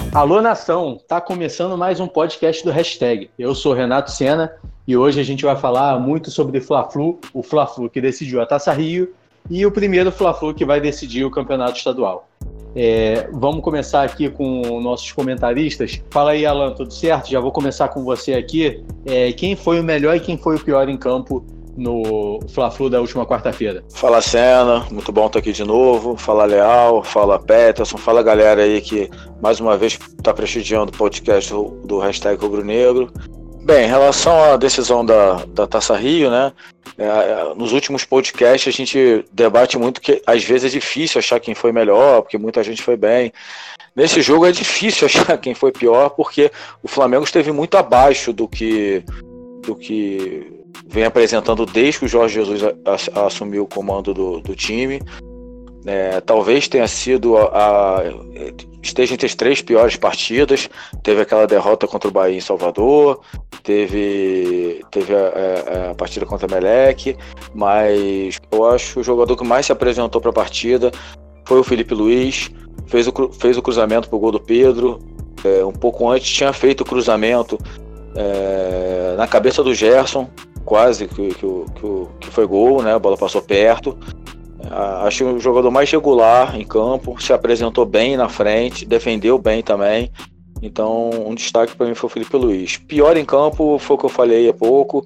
Alô, nação! Tá começando mais um podcast do Hashtag. Eu sou Renato Sena e hoje a gente vai falar muito sobre Fla-Flu, o Fla-Flu que decidiu a Taça Rio e o primeiro Fla-Flu que vai decidir o campeonato estadual. Vamos começar aqui com nossos comentaristas. Fala aí, Alan, tudo certo? Já vou começar com você aqui. Quem foi o melhor e quem foi o pior em campo no Fla-Flu da última quarta-feira? Fala, Sena, muito bom estar aqui de novo. Fala, Leal, fala, Peterson, fala, galera aí que mais uma vez está prestigiando o podcast do Hashtag Rubro Negro. Bem, em relação à decisão da Taça Rio, né? Nos últimos podcasts a gente debate muito que às vezes é difícil achar quem foi melhor, porque muita gente foi bem. Nesse jogo é difícil achar quem foi pior, porque o Flamengo esteve muito abaixo do que vem apresentando desde que o Jorge Jesus assumiu o comando do time. Talvez tenha sido esteja entre as 3 piores partidas. Teve aquela derrota contra o Bahia em Salvador, teve a partida contra o Emelec, mas eu acho que o jogador que mais se apresentou para a partida foi o Felipe Luiz. Fez o cruzamento para o gol do Pedro. Um pouco antes tinha feito o cruzamento na cabeça do Gerson, quase que foi gol, né? A bola passou perto. Acho o jogador mais regular em campo, se apresentou bem na frente, defendeu bem também. Então, um destaque para mim foi o Felipe Luiz. Pior em campo foi o que eu falei há pouco.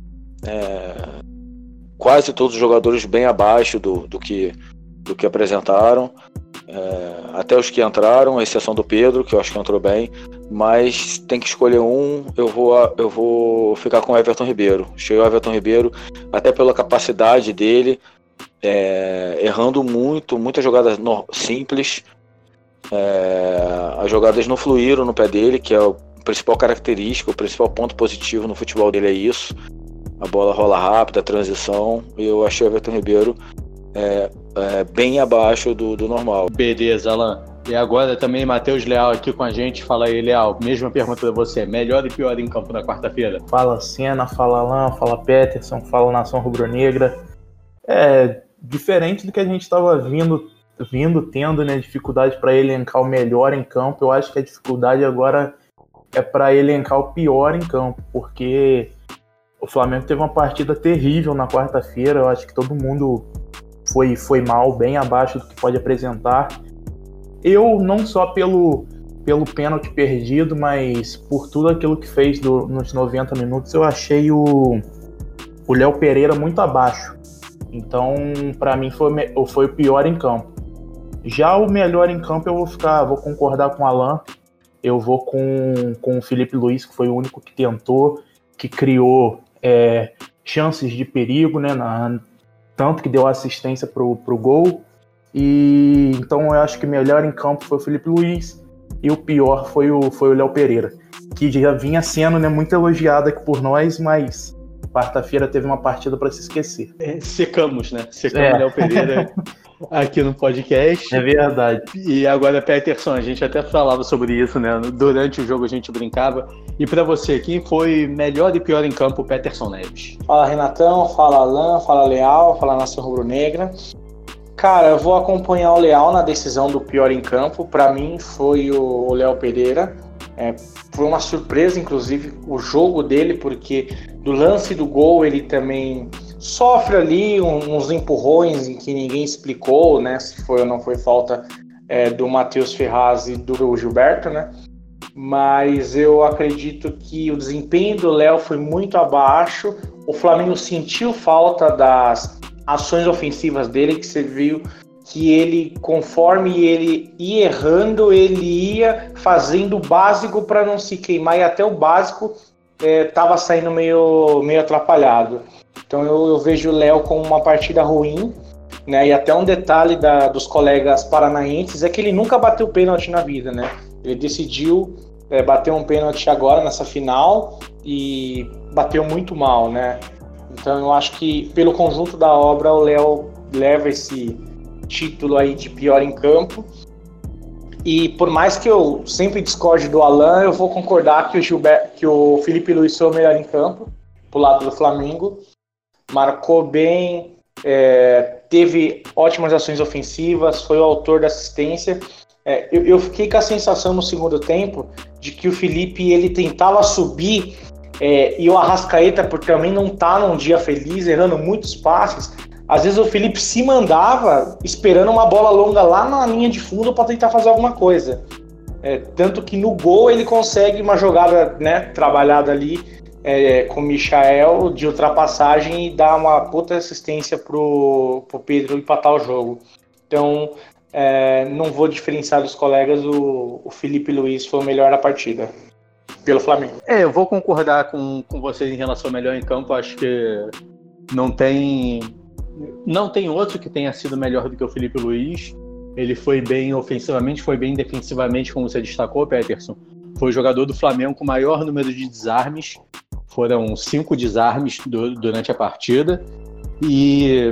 Quase todos os jogadores bem abaixo do que apresentaram. Até os que entraram, à exceção do Pedro, que eu acho que entrou bem. Mas tem que escolher um. Eu vou ficar com o Everton Ribeiro. Achei o Everton Ribeiro, até pela capacidade dele, errando muitas jogadas simples. As jogadas não fluíram no pé dele, que é a principal característica, o principal ponto positivo no futebol dele é isso. A bola rola rápida, a transição. E eu achei o Everton Ribeiro bem abaixo do normal. Beleza, Alan. E agora também Matheus Leal aqui com a gente. Fala aí, Leal. Mesma pergunta para você. Melhor e pior em campo na quarta-feira? Fala, Sena. Fala, Alan. Fala, Peterson. Fala, Nação Rubro-Negra. Diferente do que a gente estava tendo, né, dificuldade para elencar o melhor em campo, eu acho que a dificuldade agora é para elencar o pior em campo, porque o Flamengo teve uma partida terrível na quarta-feira. Eu acho que todo mundo foi mal, bem abaixo do que pode apresentar. Eu, não só pelo pênalti perdido, mas por tudo aquilo que fez nos 90 minutos, eu achei o Léo Pereira muito abaixo. Então, para mim, foi o pior em campo. Já o melhor em campo, eu vou concordar com o Alan. Eu vou com o Felipe Luiz, que foi o único que tentou, que criou chances de perigo, né? Tanto que deu assistência pro gol. E então eu acho que o melhor em campo foi o Felipe Luiz e o pior foi o Léo Pereira, que já vinha sendo, né, muito elogiado aqui por nós, mas quarta-feira teve uma partida para se esquecer. Secamos o Léo Pereira aqui no podcast. É verdade. E agora, Peterson, a gente até falava sobre isso, né? Durante o jogo a gente brincava. E para você, quem foi melhor e pior em campo, Peterson Neves? Fala, Renatão. Fala, Alan. Fala, Leal. Fala, Nação Rubro-Negra. Cara, eu vou acompanhar o Leal na decisão do pior em campo. Para mim foi o Léo Pereira. Foi uma surpresa, inclusive, o jogo dele, porque do lance do gol ele também sofre ali uns empurrões em que ninguém explicou, né, se foi ou não foi falta do Matheus Ferraz e do Gilberto, né? Mas eu acredito que o desempenho do Léo foi muito abaixo. O Flamengo sentiu falta das ações ofensivas dele, que você viu que ele, conforme ele ia errando, ele ia fazendo o básico para não se queimar, e até o básico estava saindo meio atrapalhado. Então eu vejo o Léo com uma partida ruim, né? E até um detalhe dos colegas paranaenses é que ele nunca bateu pênalti na vida, né? Ele decidiu bater um pênalti agora nessa final e bateu muito mal, né? Então eu acho que pelo conjunto da obra o Léo leva esse título aí de pior em campo. E por mais que eu sempre discorde do Alan, eu vou concordar que o Felipe Luiz foi o melhor em campo, pro lado do Flamengo. Marcou bem, teve ótimas ações ofensivas, foi o autor da assistência. Eu fiquei com a sensação no segundo tempo de que o Felipe ele tentava subir e o Arrascaeta, por também não estar num dia feliz, errando muitos passes, às vezes o Felipe se mandava esperando uma bola longa lá na linha de fundo para tentar fazer alguma coisa. Tanto que no gol ele consegue uma jogada, né, trabalhada ali com o Michael de ultrapassagem e dá uma puta assistência pro Pedro empatar o jogo. Então, não vou diferenciar dos colegas, o Felipe Luiz foi o melhor na partida, pelo Flamengo. Eu vou concordar com vocês em relação ao melhor em campo. Acho que não tem outro que tenha sido melhor do que o Felipe Luiz. Ele foi bem ofensivamente, foi bem defensivamente, como você destacou, Peterson. Foi o jogador do Flamengo com o maior número de desarmes. Foram 5 desarmes durante a partida. E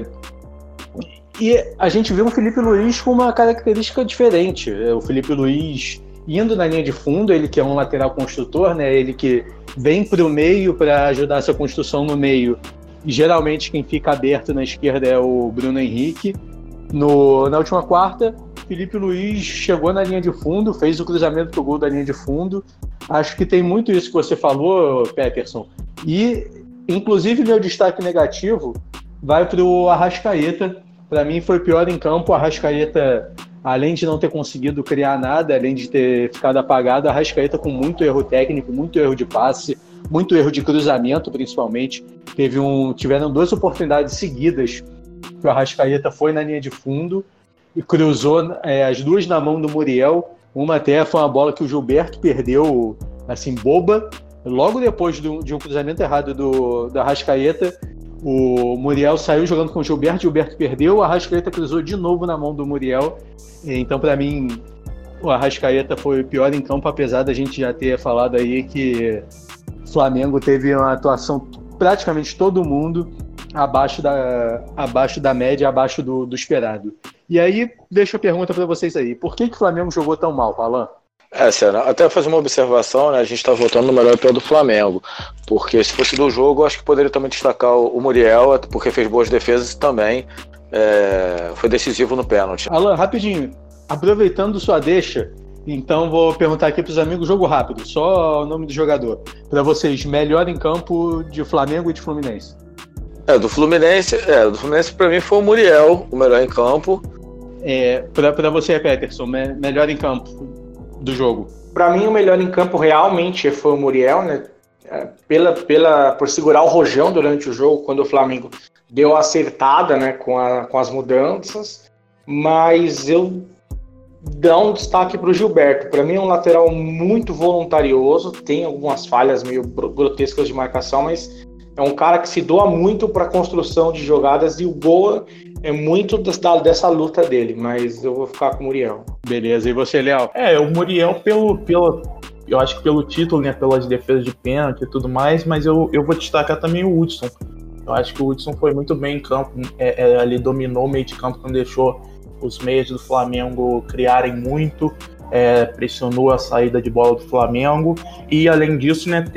a gente viu o Felipe Luiz com uma característica diferente. O Felipe Luiz indo na linha de fundo, ele que é um lateral construtor, né? Ele que vem para o meio para ajudar essa construção no meio. E geralmente quem fica aberto na esquerda é o Bruno Henrique. Na última quarta, Felipe Luiz chegou na linha de fundo, fez o cruzamento pro gol da linha de fundo. Acho que tem muito isso que você falou, Peterson. E, inclusive, meu destaque negativo vai pro Arrascaeta. Para mim foi pior em campo. O Arrascaeta, além de não ter conseguido criar nada, além de ter ficado apagado, a Arrascaeta com muito erro técnico, muito erro de passe, muito erro de cruzamento, principalmente. Tiveram 2 oportunidades seguidas que o Arrascaeta foi na linha de fundo e cruzou as 2 na mão do Muriel. Uma até foi uma bola que o Gilberto perdeu, assim, boba. Logo depois de um cruzamento errado do Arrascaeta, o Muriel saiu jogando com o Gilberto perdeu, o Arrascaeta cruzou de novo na mão do Muriel. Então, para mim, o Arrascaeta foi o pior em campo, apesar da gente já ter falado aí que o Flamengo teve uma atuação praticamente todo mundo abaixo da média, abaixo do esperado. E aí, deixa eu pergunta para vocês aí, por que o Flamengo jogou tão mal, Alan? Senna, até fazer uma observação, né? A gente está votando no melhor e pior do Flamengo, porque se fosse do jogo, eu acho que poderia também destacar o Muriel, porque fez boas defesas e também foi decisivo no pênalti. Alan, rapidinho, aproveitando sua deixa, então vou perguntar aqui para os amigos, jogo rápido, só o nome do jogador. Para vocês, melhor em campo de Flamengo e de Fluminense. Do Fluminense para mim foi o Muriel, o melhor em campo. Para você, Peterson, melhor em campo do jogo. Para mim, o melhor em campo realmente foi o Muriel, né? Por segurar o rojão durante o jogo, quando o Flamengo deu a acertada, né, com as mudanças. Mas eu dou um destaque para o Gilberto. Para mim é um lateral muito voluntarioso, tem algumas falhas meio grotescas de marcação, mas é um cara que se doa muito para a construção de jogadas e o gol é muito dessa luta dele, mas eu vou ficar com o Muriel. Beleza, e você, Léo? O Muriel eu acho que pelo título, né, pelas defesas de pênalti e tudo mais, mas eu vou destacar também o Hudson. Eu acho que o Hudson foi muito bem em campo, ele dominou o meio de campo quando deixou os meias do Flamengo criarem muito, pressionou a saída de bola do Flamengo e, além disso, né,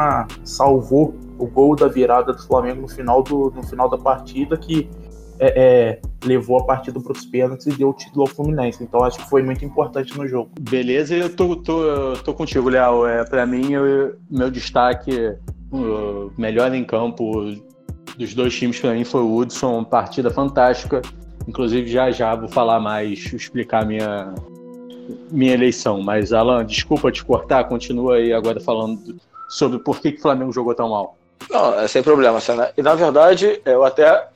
salvou o gol da virada do Flamengo no final da partida, que levou a partida para os pênaltis e deu o título ao Fluminense. Então acho que foi muito importante no jogo. Beleza, eu tô contigo, Léo. Para mim, meu destaque, o melhor em campo dos 2 times para mim foi o Hudson, partida fantástica. Inclusive já vou falar mais, explicar minha eleição. Mas, Alan, desculpa te cortar, continua aí agora falando sobre por que o Flamengo jogou tão mal. Não, sem problema, Senna. E na verdade, eu até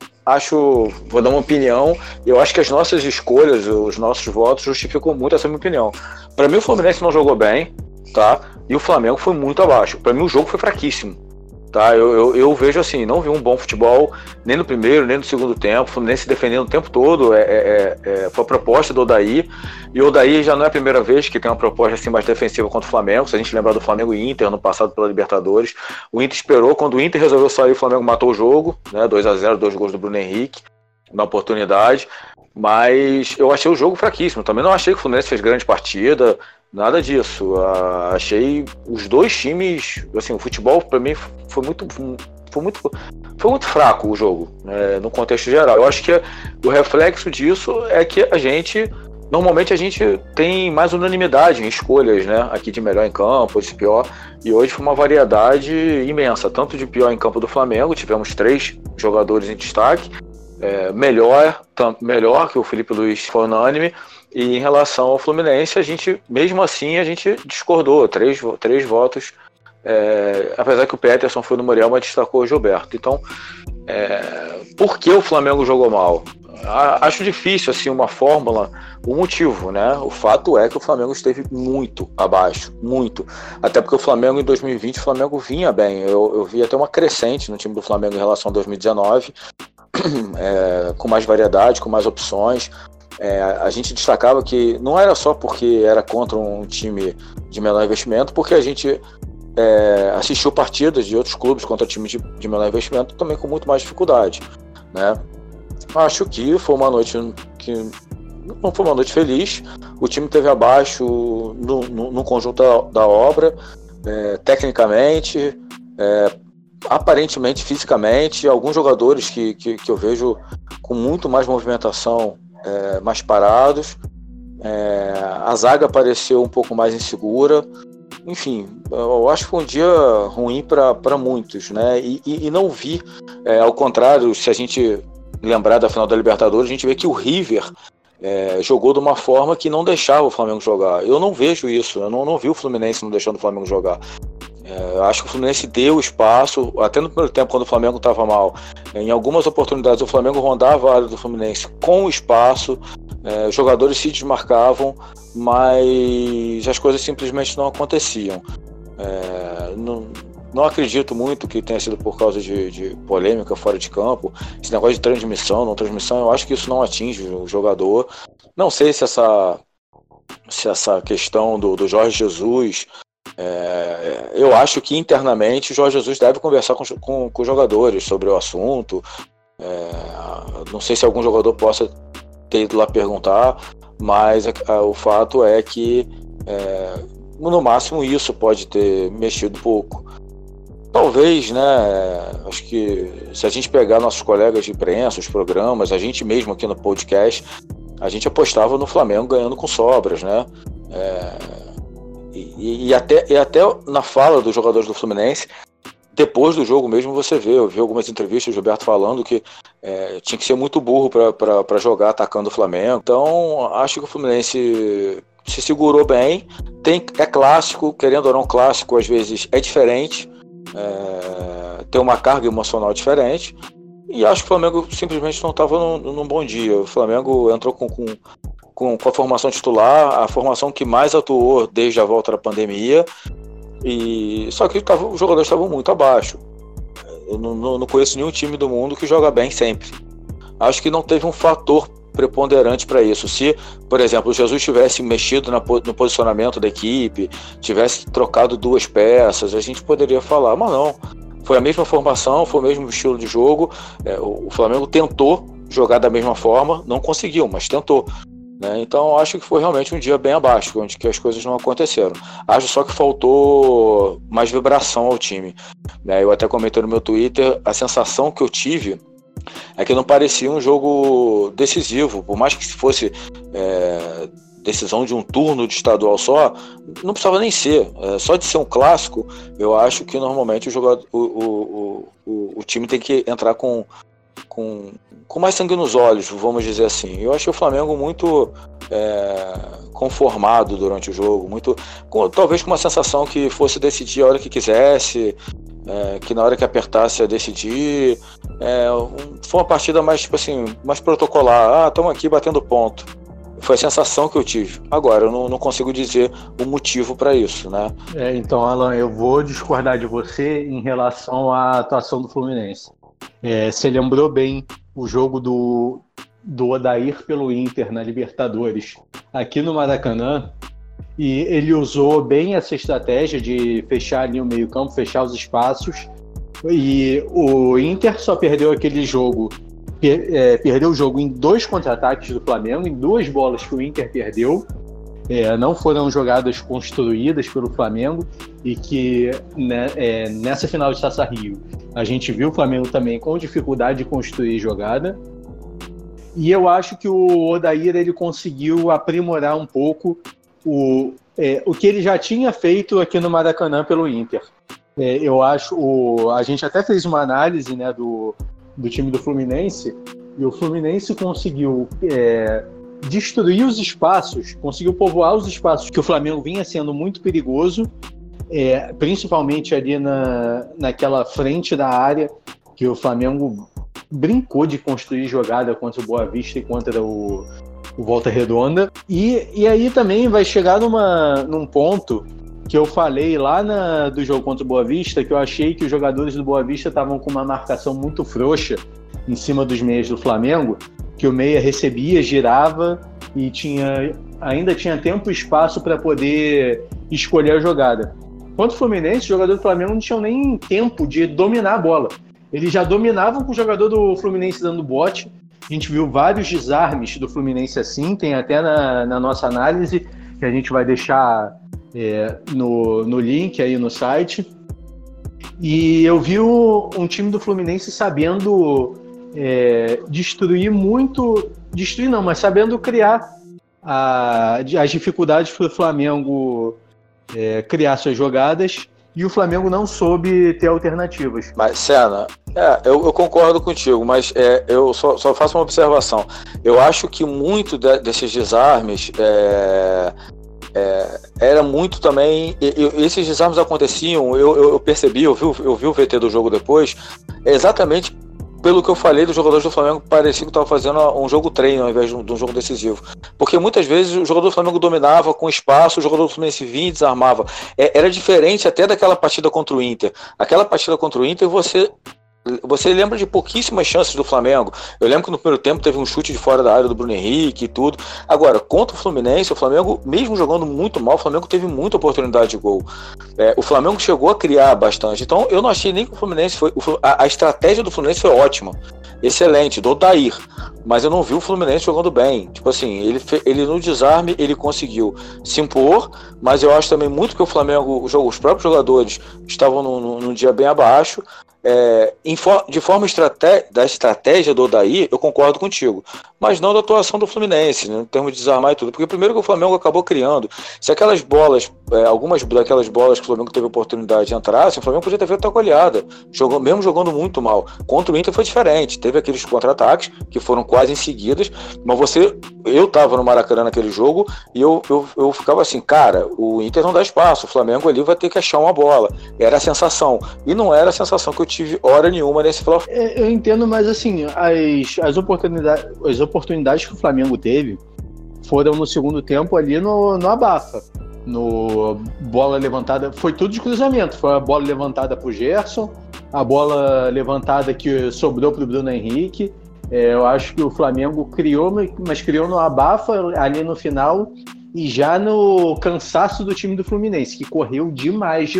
vou dar uma opinião, eu acho que as nossas escolhas, os nossos votos justificam muito essa minha opinião. Para mim o Fluminense não jogou bem, tá? E o Flamengo foi muito abaixo. Para mim o jogo foi fraquíssimo, tá? Eu vejo assim, não vi um bom futebol nem no primeiro, nem no segundo tempo. O Fluminense defendendo o tempo todo, foi a proposta do Odair, e o Odair já não é a primeira vez que tem uma proposta assim mais defensiva contra o Flamengo. Se a gente lembrar do Flamengo e Inter no passado pela Libertadores, o Inter esperou, quando o Inter resolveu sair, o Flamengo matou o jogo, né? 2-0, 2 gols do Bruno Henrique na oportunidade, mas eu achei o jogo fraquíssimo. Também não achei que o Fluminense fez grande partida, nada disso. Achei os 2 times, assim, o futebol para mim foi muito fraco o jogo, né, no contexto geral. Eu acho que o reflexo disso é que a gente normalmente a gente tem mais unanimidade em escolhas, né? Aqui de melhor em campo, de pior. E hoje foi uma variedade imensa, tanto de pior em campo do Flamengo, tivemos 3 jogadores em destaque, melhor que o Felipe Luiz foi unânime, e em relação ao Fluminense, a gente, mesmo assim, a gente discordou, 3 votos, apesar que o Peterson foi no Muriel, mas destacou o Gilberto. Então, por que o Flamengo jogou mal? Acho difícil assim uma fórmula, o motivo, né? O fato é que o Flamengo esteve muito abaixo, muito. Até porque o Flamengo em 2020, o Flamengo vinha bem. Eu vi até uma crescente no time do Flamengo em relação a 2019, com mais variedade, com mais opções. A gente destacava que não era só porque era contra um time de menor investimento, porque a gente assistiu partidas de outros clubes contra time de menor investimento também com muito mais dificuldade, né? Acho que foi uma noite que não foi uma noite feliz. O time esteve abaixo no conjunto da obra, tecnicamente, aparentemente, fisicamente. Alguns jogadores que eu vejo com muito mais movimentação, mais parados. A zaga pareceu um pouco mais insegura. Enfim, eu acho que foi um dia ruim para muitos, né? E não vi, ao contrário, se a gente lembrar da final da Libertadores, a gente vê que o River jogou de uma forma que não deixava o Flamengo jogar. Eu não vejo isso, eu não vi o Fluminense não deixando o Flamengo jogar. Acho que o Fluminense deu espaço, até no primeiro tempo, quando o Flamengo estava mal. Em algumas oportunidades, o Flamengo rondava a área do Fluminense com espaço, os jogadores se desmarcavam, mas as coisas simplesmente não aconteciam. Não acredito muito que tenha sido por causa de polêmica fora de campo. Esse negócio de transmissão, não transmissão, eu acho que isso não atinge o jogador. Não sei se essa questão do Jorge Jesus, eu acho que internamente o Jorge Jesus deve conversar com os jogadores sobre o assunto. Não sei se algum jogador possa ter ido lá perguntar, mas o fato é que no máximo isso pode ter mexido pouco. Talvez, né? Acho que se a gente pegar nossos colegas de imprensa, os programas, a gente mesmo aqui no podcast, a gente apostava no Flamengo ganhando com sobras, né? E até na fala dos jogadores do Fluminense, depois do jogo mesmo eu vi algumas entrevistas do Gilberto falando que tinha que ser muito burro para jogar atacando o Flamengo. Então, acho que o Fluminense se segurou bem. É clássico, querendo ou não, clássico às vezes é diferente. Tem uma carga emocional diferente, e acho que o Flamengo simplesmente não estava num bom dia. O Flamengo entrou com a formação titular, a formação que mais atuou desde a volta da pandemia, e só que os jogadores estavam muito abaixo. Eu não conheço nenhum time do mundo que joga bem sempre. Acho que não teve um fator preponderante para isso. Se, por exemplo, o Jesus tivesse mexido no posicionamento da equipe, tivesse trocado 2 peças, a gente poderia falar, mas não. Foi a mesma formação, foi o mesmo estilo de jogo. O Flamengo tentou jogar da mesma forma, não conseguiu, mas tentou, né? Então acho que foi realmente um dia bem abaixo, onde que as coisas não aconteceram. Acho só que faltou mais vibração ao time, né? Eu até comentei no meu Twitter, a sensação que eu tive é que não parecia um jogo decisivo, por mais que fosse decisão de um turno de estadual só, não precisava nem ser. Só de ser um clássico, eu acho que normalmente o time tem que entrar com mais sangue nos olhos, vamos dizer assim. Eu achei o Flamengo muito conformado durante o jogo, talvez com uma sensação que fosse decidir a hora que quisesse, que na hora que apertasse a decidir. Foi uma partida mais, tipo assim, mais protocolar. Estamos aqui batendo ponto. Foi a sensação que eu tive. Agora, eu não consigo dizer o motivo para isso, né? Então, Alan, eu vou discordar de você em relação à atuação do Fluminense. Você lembrou bem o jogo do Odair pelo Inter na Libertadores aqui no Maracanã, e ele usou bem essa estratégia de fechar ali o meio-campo, fechar os espaços, e o Inter só perdeu aquele jogo. Perdeu o jogo em 2 contra-ataques do Flamengo, em 2 bolas que o Inter perdeu. Não foram jogadas construídas pelo Flamengo, e que nessa final de Taça Rio a gente viu o Flamengo também com dificuldade de construir jogada. E eu acho que o Odair ele conseguiu aprimorar um pouco o que ele já tinha feito aqui no Maracanã pelo Inter. Eu acho, a gente até fez uma análise, né, do time do Fluminense, e o Fluminense conseguiu destruir os espaços, conseguiu povoar os espaços que o Flamengo vinha sendo muito perigoso, principalmente ali naquela frente da área, que o Flamengo brincou de construir jogada contra o Boa Vista e contra o Volta Redonda. E aí também vai chegar num ponto que eu falei lá do jogo contra o Boa Vista, que eu achei que os jogadores do Boa Vista estavam com uma marcação muito frouxa em cima dos meias do Flamengo, que o meia recebia, girava e ainda tinha tempo e espaço para poder escolher a jogada. Contra o Fluminense, os jogadores do Flamengo não tinham nem tempo de dominar a bola. Eles já dominavam com o jogador do Fluminense dando bote. A gente viu vários desarmes do Fluminense assim, tem até na nossa análise, que a gente vai deixar no link aí no site. E eu vi um time do Fluminense sabendo mas sabendo criar as dificuldades para o Flamengo criar suas jogadas, e o Flamengo não soube ter alternativas. Mas, Senna, eu concordo contigo, mas eu só faço uma observação. Eu acho que muito desses desarmes era muito também. Esses desarmes aconteciam, eu percebi, eu vi o VT do jogo depois, exatamente pelo que eu falei dos jogadores do Flamengo, parecia que estava fazendo um jogo treino ao invés de um jogo decisivo. Porque muitas vezes o jogador do Flamengo dominava com espaço, o jogador do Fluminense vinha e desarmava. Era diferente até daquela partida contra o Inter. Aquela partida contra o Inter, você lembra de pouquíssimas chances do Flamengo. Eu lembro que no primeiro tempo teve um chute de fora da área do Bruno Henrique e tudo. Agora, contra o Fluminense, o Flamengo, mesmo jogando muito mal, o Flamengo teve muita oportunidade de gol. O Flamengo chegou a criar bastante. Então, eu não achei nem que o Fluminense foi... A estratégia do Fluminense foi ótima. Excelente, do Odair. Mas eu não vi o Fluminense jogando bem. Tipo assim, ele no desarme, ele conseguiu se impor, mas eu acho também muito que o Flamengo, os próprios jogadores estavam num dia bem abaixo. De forma da estratégia do Odair, eu concordo contigo, mas não da atuação do Fluminense, né, em termos de desarmar e tudo, porque primeiro que o Flamengo acabou criando, se aquelas bolas, algumas daquelas bolas que o Flamengo teve oportunidade de entrar, o Flamengo podia ter feito a goleada, mesmo jogando muito mal. Contra o Inter foi diferente, teve aqueles contra-ataques que foram quase em seguidas, mas eu tava no Maracanã naquele jogo e eu ficava assim, cara, o Inter não dá espaço, o Flamengo ali vai ter que achar uma bola, era a sensação, e não era a sensação que eu tive hora nenhuma nesse Fla-Flu. Eu entendo, mas assim, as oportunidades que o Flamengo teve foram no segundo tempo ali no abafa. No bola levantada, foi tudo de cruzamento. Foi a bola levantada pro Gerson, a bola levantada que sobrou pro Bruno Henrique. Eu acho que o Flamengo criou, mas criou no abafa ali no final e já no cansaço do time do Fluminense, que correu demais.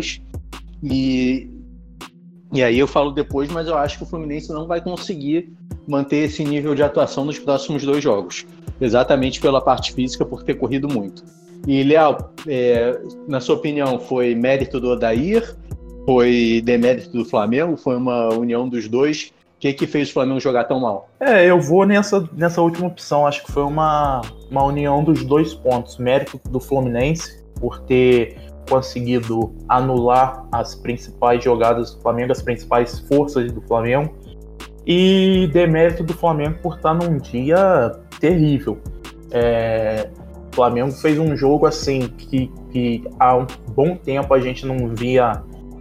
E aí eu falo depois, mas eu acho que o Fluminense não vai conseguir manter esse nível de atuação nos próximos 2 jogos. Exatamente pela parte física, por ter corrido muito. E, Leal, na sua opinião, foi mérito do Odair? Foi demérito do Flamengo? Foi uma união dos dois? O que fez o Flamengo jogar tão mal? Eu vou nessa última opção. Acho que foi uma união dos 2 pontos. Mérito do Fluminense, por ter conseguido anular as principais jogadas do Flamengo, as principais forças do Flamengo, e demérito do Flamengo por estar num dia terrível. O Flamengo fez um jogo assim que há um bom tempo a gente não via.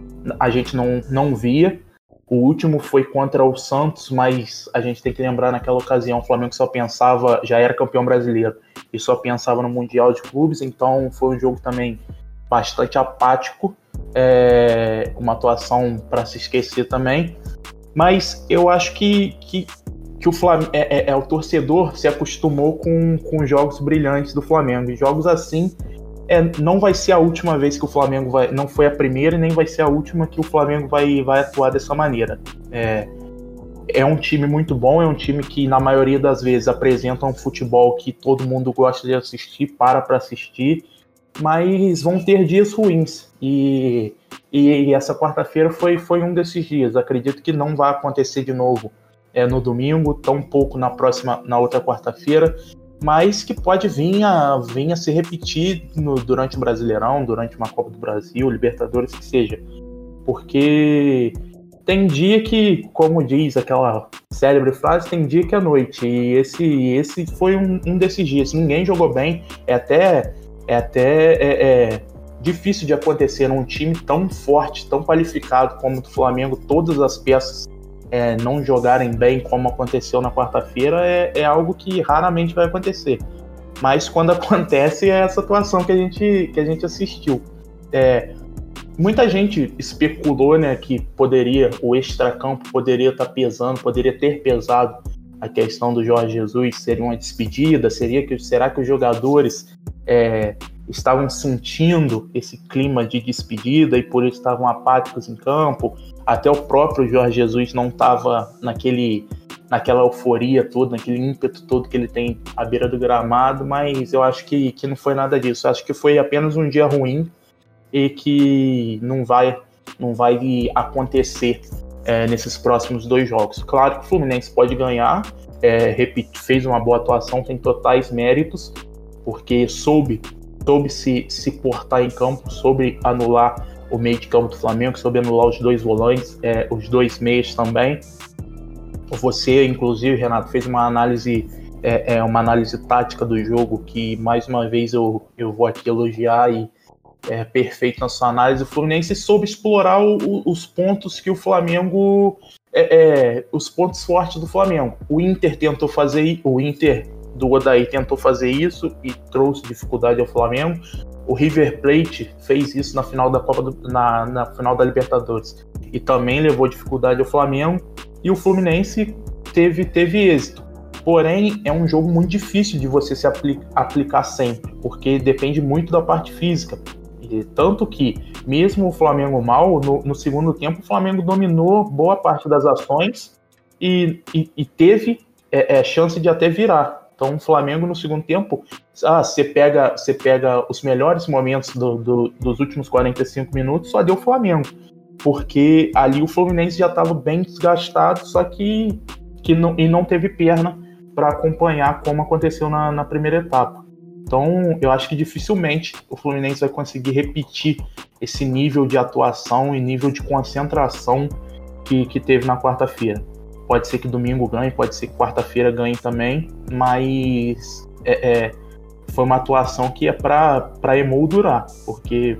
O último foi contra o Santos, mas a gente tem que lembrar, naquela ocasião o Flamengo só pensava, já era campeão brasileiro e só pensava no Mundial de Clubes, então foi um jogo também bastante apático, uma atuação para se esquecer também, mas eu acho que o Flamengo, o torcedor se acostumou com jogos brilhantes do Flamengo, e jogos assim não vai ser a última vez que o Flamengo não foi a primeira e nem vai ser a última que o Flamengo vai atuar dessa maneira. É um time muito bom, é um time que na maioria das vezes apresenta um futebol que todo mundo gosta de assistir, para assistir, mas vão ter dias ruins, e essa quarta-feira foi um desses dias. Acredito que não vai acontecer de novo no domingo, tão pouco na outra quarta-feira, mas que pode vir a se repetir durante o Brasileirão, durante uma Copa do Brasil, Libertadores, que seja. Porque tem dia que, como diz aquela célebre frase, tem dia que é noite. E esse foi um desses dias. Ninguém jogou bem. É até difícil de acontecer num time tão forte, tão qualificado como o do Flamengo, todas as peças não jogarem bem como aconteceu na quarta-feira, é algo que raramente vai acontecer. Mas quando acontece, é essa atuação que a gente assistiu. Muita gente especulou, né, que o extracampo poderia estar pesando, poderia ter pesado a questão do Jorge Jesus, seria uma despedida, será que os jogadores estavam sentindo esse clima de despedida e por isso estavam apáticos em campo? Até o próprio Jorge Jesus não estava naquela euforia toda, naquele ímpeto todo que ele tem à beira do gramado, mas eu acho que não foi nada disso. Eu acho que foi apenas um dia ruim e que não vai acontecer nesses próximos 2 jogos. Claro que o Fluminense pode ganhar, fez uma boa atuação, tem totais méritos, porque soube se portar em campo, soube anular o meio de campo do Flamengo, soube anular os 2 volantes, os 2 meias também. Você, inclusive, Renato, fez uma análise tática do jogo que, mais uma vez, eu vou aqui elogiar e perfeito na sua análise. O Fluminense soube explorar os pontos que o Flamengo... os pontos fortes do Flamengo. O Inter do Odaí tentou fazer isso e trouxe dificuldade ao Flamengo. O River Plate fez isso na final da na final da Libertadores e também levou dificuldade ao Flamengo. E o Fluminense teve êxito. Porém, é um jogo muito difícil de você se aplicar sempre, porque depende muito da parte física. E tanto que, mesmo o Flamengo mal, no segundo tempo, o Flamengo dominou boa parte das ações e teve chance de até virar. Então, o Flamengo, no segundo tempo, você pega os melhores momentos dos últimos 45 minutos, só deu o Flamengo. Porque ali o Fluminense já estava bem desgastado, só que não teve perna para acompanhar como aconteceu na primeira etapa. Então, eu acho que dificilmente o Fluminense vai conseguir repetir esse nível de atuação e nível de concentração que teve na quarta-feira. Pode ser que domingo ganhe, pode ser que quarta-feira ganhe também, mas foi uma atuação que é para emoldurar, porque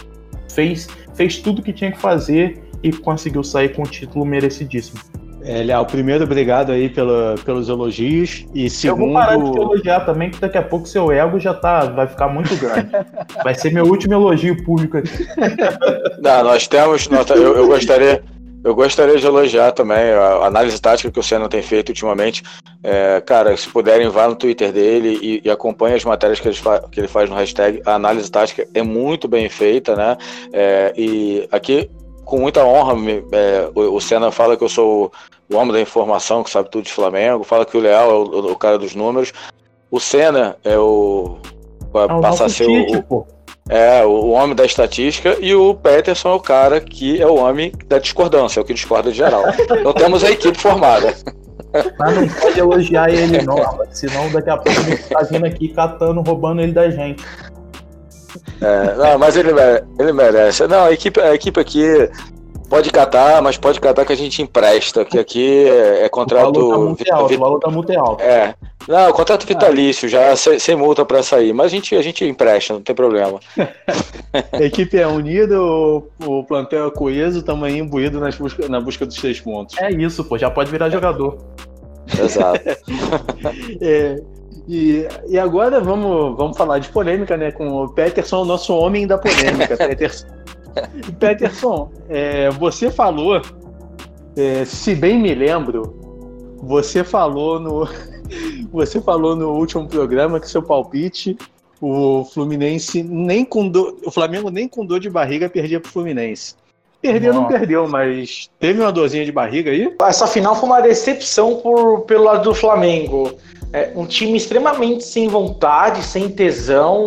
fez tudo o que tinha que fazer e conseguiu sair com um título merecidíssimo. Léo, primeiro, obrigado aí pelos elogios. E segundo... Eu vou parar de te elogiar também, que daqui a pouco seu ego vai ficar muito grande. Vai ser meu último elogio público aqui. Não, nós temos... Eu gostaria de elogiar também a análise tática que o Senna tem feito ultimamente. Cara, se puderem, vá no Twitter dele e acompanhe as matérias que ele faz no hashtag. A análise tática é muito bem feita, né? E aqui, com muita honra, o Senna fala que eu sou o homem da informação, que sabe tudo de Flamengo, fala que o Leal é o cara dos números. O Senna passa a ser o homem da estatística, e o Peterson é o cara que é o homem da discordância, é o que discorda de geral. Então temos a equipe formada. Mas não pode elogiar ele não, senão daqui a pouco ele tá vindo aqui roubando ele da gente. Não, mas ele merece. Não, a equipe aqui pode catar, mas pode catar que a gente empresta, que aqui é contrato... O valor tá muito alto. Não, contrato vitalício, já sem multa para sair, mas a gente empresta, não tem problema. A equipe é unida, o plantel é coeso, estamos aí imbuídos na busca dos 3 pontos. É isso, já pode virar jogador. Exato. E agora vamos falar de polêmica, né? Com o Peterson, o nosso homem da polêmica. Peterson, você falou, se bem me lembro, você falou no último programa que seu palpite, o Flamengo nem com dor de barriga perdia pro Fluminense. Não perdeu, mas teve uma dorzinha de barriga aí? Essa final foi uma decepção pelo lado do Flamengo. Um time extremamente sem vontade, sem tesão.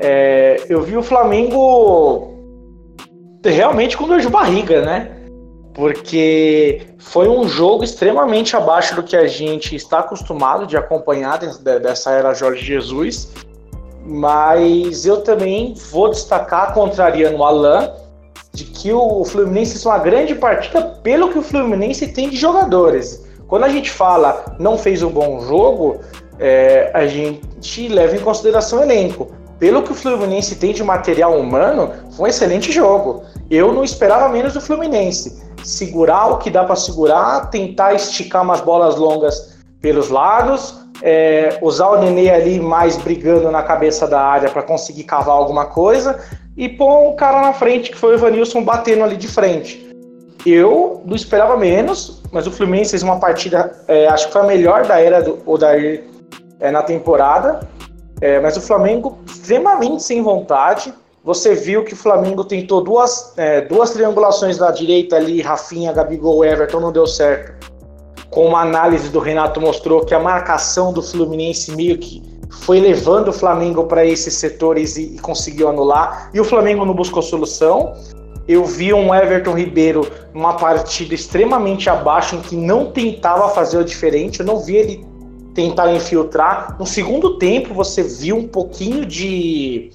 Eu vi o Flamengo realmente com dor de barriga, né? porque foi um jogo extremamente abaixo do que a gente está acostumado de acompanhar dessa era Jorge Jesus, mas eu também vou destacar, contrariando o Alan, de que o Fluminense fez uma grande partida pelo que o Fluminense tem de jogadores. Quando a gente fala não fez um bom jogo, a gente leva em consideração o elenco. Pelo que o Fluminense tem de material humano, foi um excelente jogo. Eu não esperava menos do Fluminense. Segurar o que dá para segurar, tentar esticar umas bolas longas pelos lados, usar o Nenê ali mais brigando na cabeça da área para conseguir cavar alguma coisa e pôr um cara na frente, que foi o Evanilson batendo ali de frente. Eu não esperava menos, mas o Fluminense fez uma partida, acho que foi a melhor da era do Odair na temporada, mas o Flamengo extremamente sem vontade. Você viu que o Flamengo tentou duas triangulações da direita ali, Rafinha, Gabigol, Everton, não deu certo. Com uma análise do Renato mostrou que a marcação do Fluminense meio que foi levando o Flamengo para esses setores e conseguiu anular. E o Flamengo não buscou solução. Eu vi um Everton Ribeiro numa partida extremamente abaixo, em que não tentava fazer o diferente. Eu não vi ele tentar infiltrar. No segundo tempo você viu um pouquinho de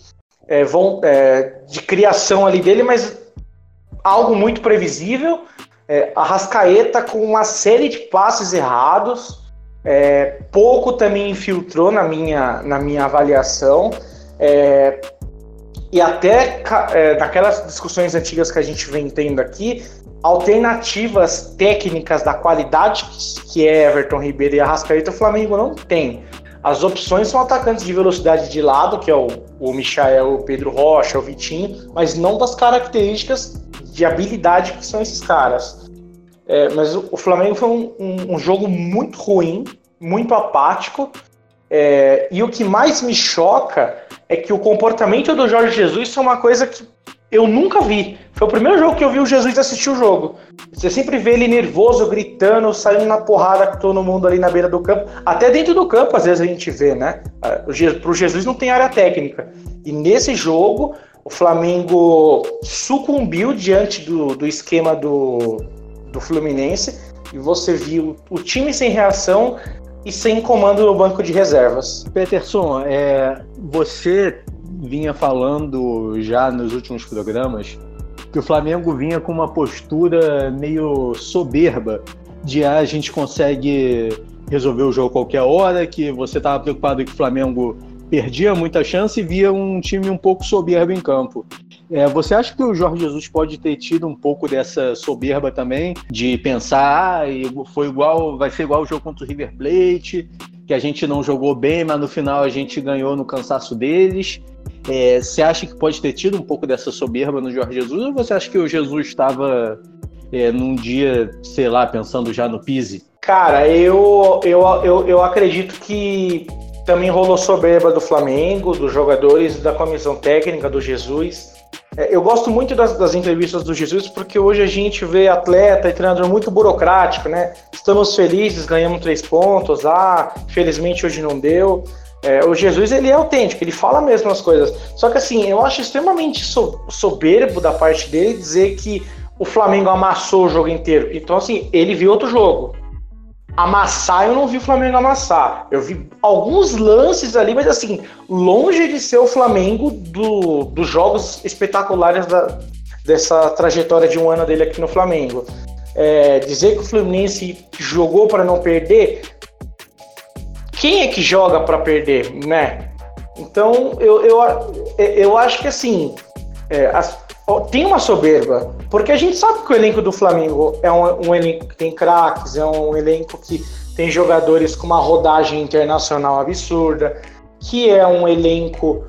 criação ali dele, mas algo muito previsível. Arrascaeta com uma série de passes errados, pouco também infiltrou na minha avaliação, e até naquelas discussões antigas que a gente vem tendo aqui, alternativas técnicas da qualidade que é Everton Ribeiro e Arrascaeta, o Flamengo não tem. As opções são atacantes de velocidade de lado, que é o Michael, o Pedro Rocha, o Vitinho, mas não das características de habilidade que são esses caras. Mas o Flamengo foi um jogo muito ruim, muito apático, e o que mais me choca é que o comportamento do Jorge Jesus é uma coisa que eu nunca vi. Foi o primeiro jogo que eu vi o Jesus assistir o jogo. Você sempre vê ele nervoso, gritando, saindo na porrada com todo mundo ali na beira do campo. Até dentro do campo, às vezes a gente vê, né? Pro Jesus não tem área técnica. E nesse jogo, o Flamengo sucumbiu diante do esquema do Fluminense. E você viu o time sem reação e sem comando no banco de reservas. Peterson, você vinha falando já nos últimos programas que o Flamengo vinha com uma postura meio soberba de a gente consegue resolver o jogo a qualquer hora, que você estava preocupado que o Flamengo perdia muita chance e via um time um pouco soberbo em campo. Você acha que o Jorge Jesus pode ter tido um pouco dessa soberba também, de pensar, vai ser igual o jogo contra o River Plate, que a gente não jogou bem, mas no final a gente ganhou no cansaço deles? Você acha que pode ter tido um pouco dessa soberba no Jorge Jesus, ou você acha que o Jesus estava num dia, sei lá, pensando já no Pizzi? Cara, eu acredito que também rolou soberba do Flamengo, dos jogadores, da comissão técnica do Jesus. Eu gosto muito das entrevistas do Jesus, porque hoje a gente vê atleta e treinador muito burocrático, né? Estamos felizes, ganhamos 3 pontos, felizmente hoje não deu. O Jesus, ele é autêntico, ele fala mesmo as coisas. Só que assim, eu acho extremamente soberbo da parte dele dizer que o Flamengo amassou o jogo inteiro. Então assim, ele viu outro jogo. Amassar, eu não vi o Flamengo amassar. Eu vi alguns lances ali, mas assim, longe de ser o Flamengo dos jogos espetaculares dessa trajetória de um ano dele aqui no Flamengo. Dizer que o Fluminense jogou para não perder, quem é que joga para perder, né? Então, eu acho que assim, tem uma soberba, porque a gente sabe que o elenco do Flamengo é um elenco que tem craques, é um elenco que tem jogadores com uma rodagem internacional absurda, que é um elenco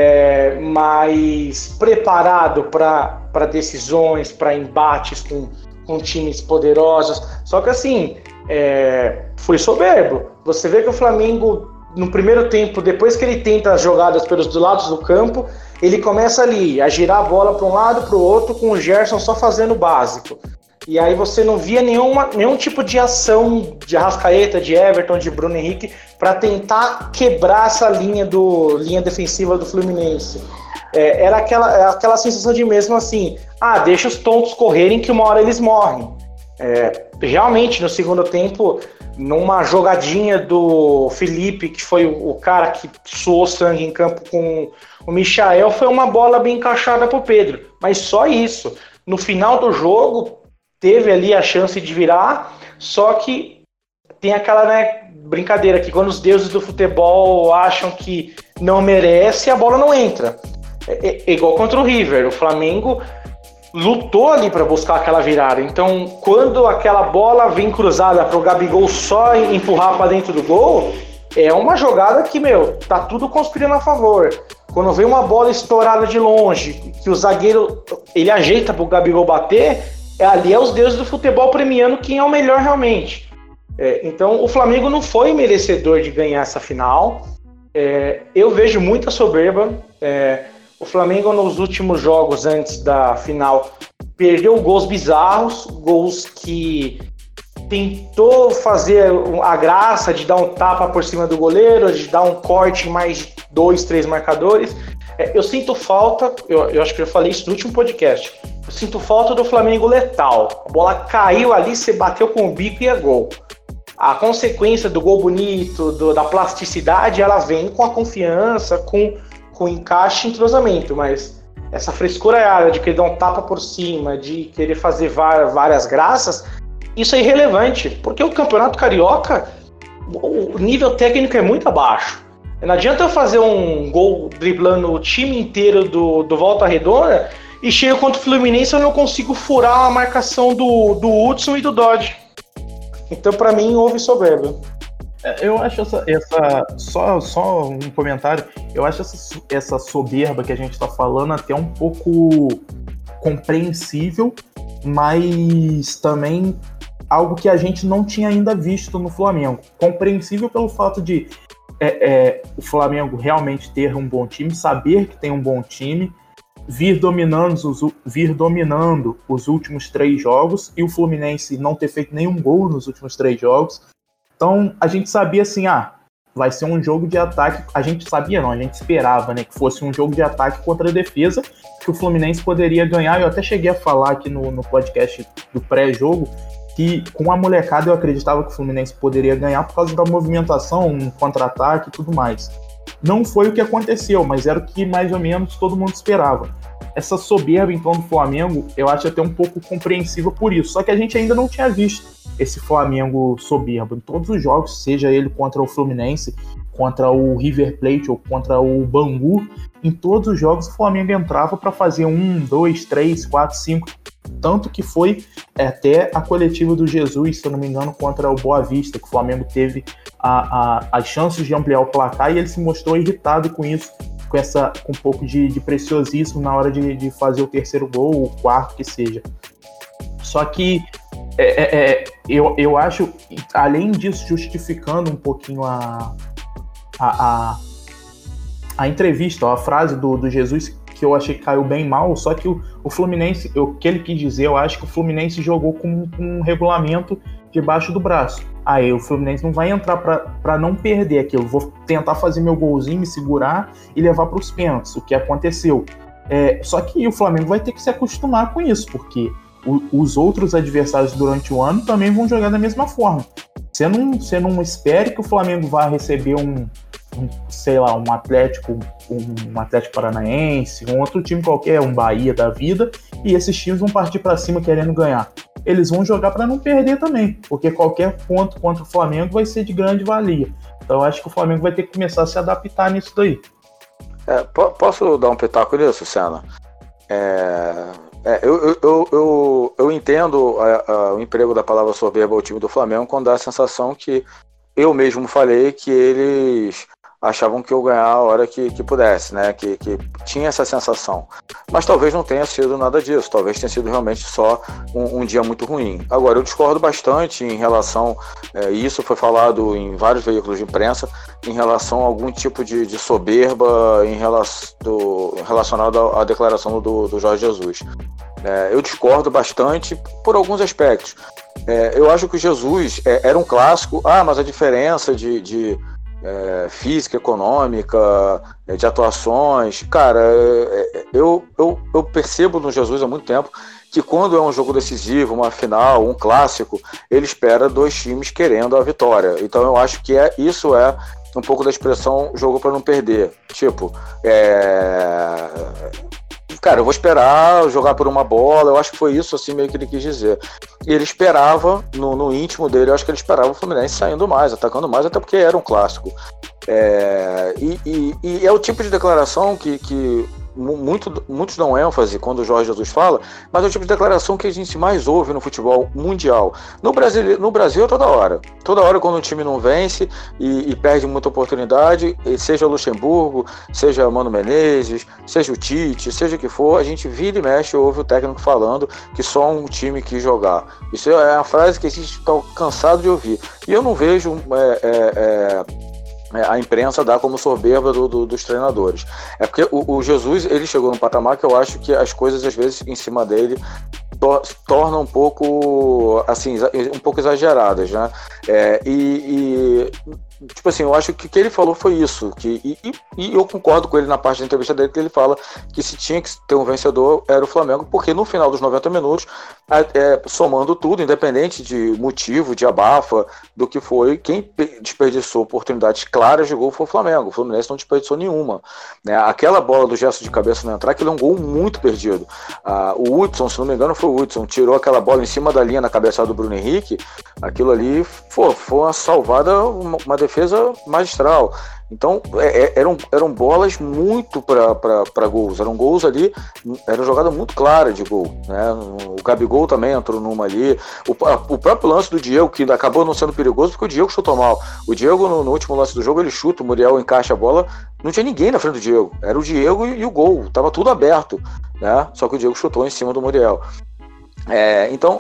mais preparado para decisões, para embates com times poderosos. Só que assim, foi soberbo. Você vê que o Flamengo, no primeiro tempo, depois que ele tenta as jogadas pelos lados do campo, ele começa ali a girar a bola para um lado, para o outro, com o Gerson só fazendo o básico. E aí você não via nenhum tipo de ação de Arrascaeta, de Everton, de Bruno Henrique, para tentar quebrar essa linha defensiva do Fluminense. Era aquela sensação de mesmo assim, deixa os tontos correrem que uma hora eles morrem. Realmente, no segundo tempo, numa jogadinha do Felipe, que foi o cara que suou sangue em campo com o Michael, foi uma bola bem encaixada pro Pedro. Mas só isso. No final do jogo, teve ali a chance de virar, só que tem aquela, né, brincadeira que quando os deuses do futebol acham que não merece, a bola não entra. É igual contra o River. O Flamengo lutou ali para buscar aquela virada. Então, quando aquela bola vem cruzada para o Gabigol só empurrar para dentro do gol, é uma jogada que, tá tudo conspirando a favor. Quando vem uma bola estourada de longe, que o zagueiro ele ajeita para o Gabigol bater, ali é os deuses do futebol premiando quem é o melhor realmente. Então, o Flamengo não foi merecedor de ganhar essa final. Eu vejo muita soberba. O Flamengo, nos últimos jogos antes da final, perdeu gols bizarros, gols que tentou fazer a graça de dar um tapa por cima do goleiro, de dar um corte em mais de 2, 3 marcadores. Eu sinto falta, eu acho que eu falei isso no último podcast, eu sinto falta do Flamengo letal. A bola caiu ali, você bateu com o bico e é gol. A consequência do gol bonito, da plasticidade, ela vem com a confiança, com encaixe e entrosamento, mas essa frescura de querer dar um tapa por cima, de querer fazer várias graças, isso é irrelevante, porque o Campeonato Carioca, o nível técnico é muito abaixo. Não adianta eu fazer um gol driblando o time inteiro do Volta Redonda e chego contra o Fluminense eu não consigo furar a marcação do Hudson e do Dodge. Então, para mim, houve soberba. Eu acho só um comentário, eu acho essa soberba que a gente está falando até um pouco compreensível, mas também algo que a gente não tinha ainda visto no Flamengo. Compreensível pelo fato de o Flamengo realmente ter um bom time, saber que tem um bom time, vir dominando os últimos 3 jogos e o Fluminense não ter feito nenhum gol nos últimos 3 jogos. Então, a gente sabia assim, vai ser um jogo de ataque. A gente sabia, não, a gente esperava, né, que fosse um jogo de ataque contra a defesa, que o Fluminense poderia ganhar. Eu até cheguei a falar aqui no podcast do pré-jogo que com a molecada eu acreditava que o Fluminense poderia ganhar por causa da movimentação, um contra-ataque e tudo mais. Não foi o que aconteceu, mas era o que mais ou menos todo mundo esperava. Essa soberba, então, do Flamengo, eu acho até um pouco compreensível por isso. Só que a gente ainda não tinha visto esse Flamengo soberbo. Em todos os jogos, seja ele contra o Fluminense, contra o River Plate ou contra o Bangu, em todos os jogos o Flamengo entrava para fazer 1, 2, 3, 4, 5. Tanto que foi até a coletiva do Jesus, se eu não me engano, contra o Boa Vista, que o Flamengo teve as chances de ampliar o placar e ele se mostrou irritado com isso, com um pouco de preciosismo na hora de fazer o terceiro gol, o quarto que seja. Só que eu acho, além disso, justificando um pouquinho a entrevista, a frase do Jesus, que eu achei que caiu bem mal, só que o Fluminense, o que ele quis dizer, eu acho que o Fluminense jogou com um regulamento debaixo do braço. Aí o Fluminense não vai entrar para não perder aqui, eu vou tentar fazer meu golzinho, me segurar e levar para os pênaltis, o que aconteceu. Só que o Flamengo vai ter que se acostumar com isso, porque os outros adversários durante o ano também vão jogar da mesma forma. Você não espere que o Flamengo vá receber um Atlético Paranaense, um outro time qualquer, um Bahia da vida, e esses times vão partir para cima querendo ganhar. Eles vão jogar para não perder também, porque qualquer ponto contra o Flamengo vai ser de grande valia. Então eu acho que o Flamengo vai ter que começar a se adaptar nisso daí. Posso dar um pitaco nisso, Senna? Eu entendo o emprego da palavra soberba ao time do Flamengo quando dá a sensação que eu mesmo falei que eles achavam que eu ganhar a hora que pudesse, né? Que tinha essa sensação. Mas talvez não tenha sido nada disso, talvez tenha sido realmente só um dia muito ruim. Agora, eu discordo bastante em relação, isso foi falado em vários veículos de imprensa, em relação a algum tipo de soberba relacionado à declaração do Jorge Jesus. Eu discordo bastante por alguns aspectos. Eu acho que o Jesus era um clássico, mas a diferença de física, econômica, de atuações, cara, eu percebo no Jesus há muito tempo que quando é um jogo decisivo, uma final, um clássico, ele espera dois times querendo a vitória. Então eu acho que isso é um pouco da expressão jogo para não perder. Tipo, cara, eu vou esperar jogar por uma bola. Eu acho que foi isso assim meio que ele quis dizer. E ele esperava, no íntimo dele, eu acho que ele esperava o Fluminense saindo mais, atacando mais, até porque era um clássico. E é o tipo de declaração que muitos dão ênfase quando o Jorge Jesus fala, mas é o tipo de declaração que a gente mais ouve no futebol mundial. No Brasil é toda hora quando o time não vence e perde muita oportunidade, seja o Luxemburgo, seja Mano Menezes, seja o Tite, seja o que for, a gente vira e mexe, ouve o técnico falando que só um time quis jogar. Isso é uma frase que a gente está cansado de ouvir, e eu não vejo a imprensa dá como soberba dos treinadores. É porque o Jesus, ele chegou num patamar que eu acho que as coisas, às vezes, em cima dele se tornam um pouco, assim, um pouco exageradas, né? Tipo assim, eu acho que o que ele falou foi isso, e eu concordo com ele na parte da entrevista dele, que ele fala que se tinha que ter um vencedor era o Flamengo, porque no final dos 90 minutos, somando tudo, independente de motivo, de abafa, do que foi, quem desperdiçou oportunidades claras de gol foi o Flamengo. O Fluminense não desperdiçou nenhuma, né? Aquela bola do gesto de cabeça não entrar, aquilo é um gol muito perdido. O Hudson, se não me engano, foi o Hudson, tirou aquela bola em cima da linha na cabeçada do Bruno Henrique. Aquilo ali foi uma salvada, uma defesa magistral. Então eram bolas muito para gols, eram gols ali, era uma jogada muito clara de gol, né? O Gabigol também entrou numa ali, o próprio lance do Diego, que acabou não sendo perigoso porque o Diego chutou mal. O Diego no último lance do jogo ele chuta, o Muriel encaixa a bola, não tinha ninguém na frente do Diego, era o Diego e o gol, tava tudo aberto, né? Só que o Diego chutou em cima do Muriel. Então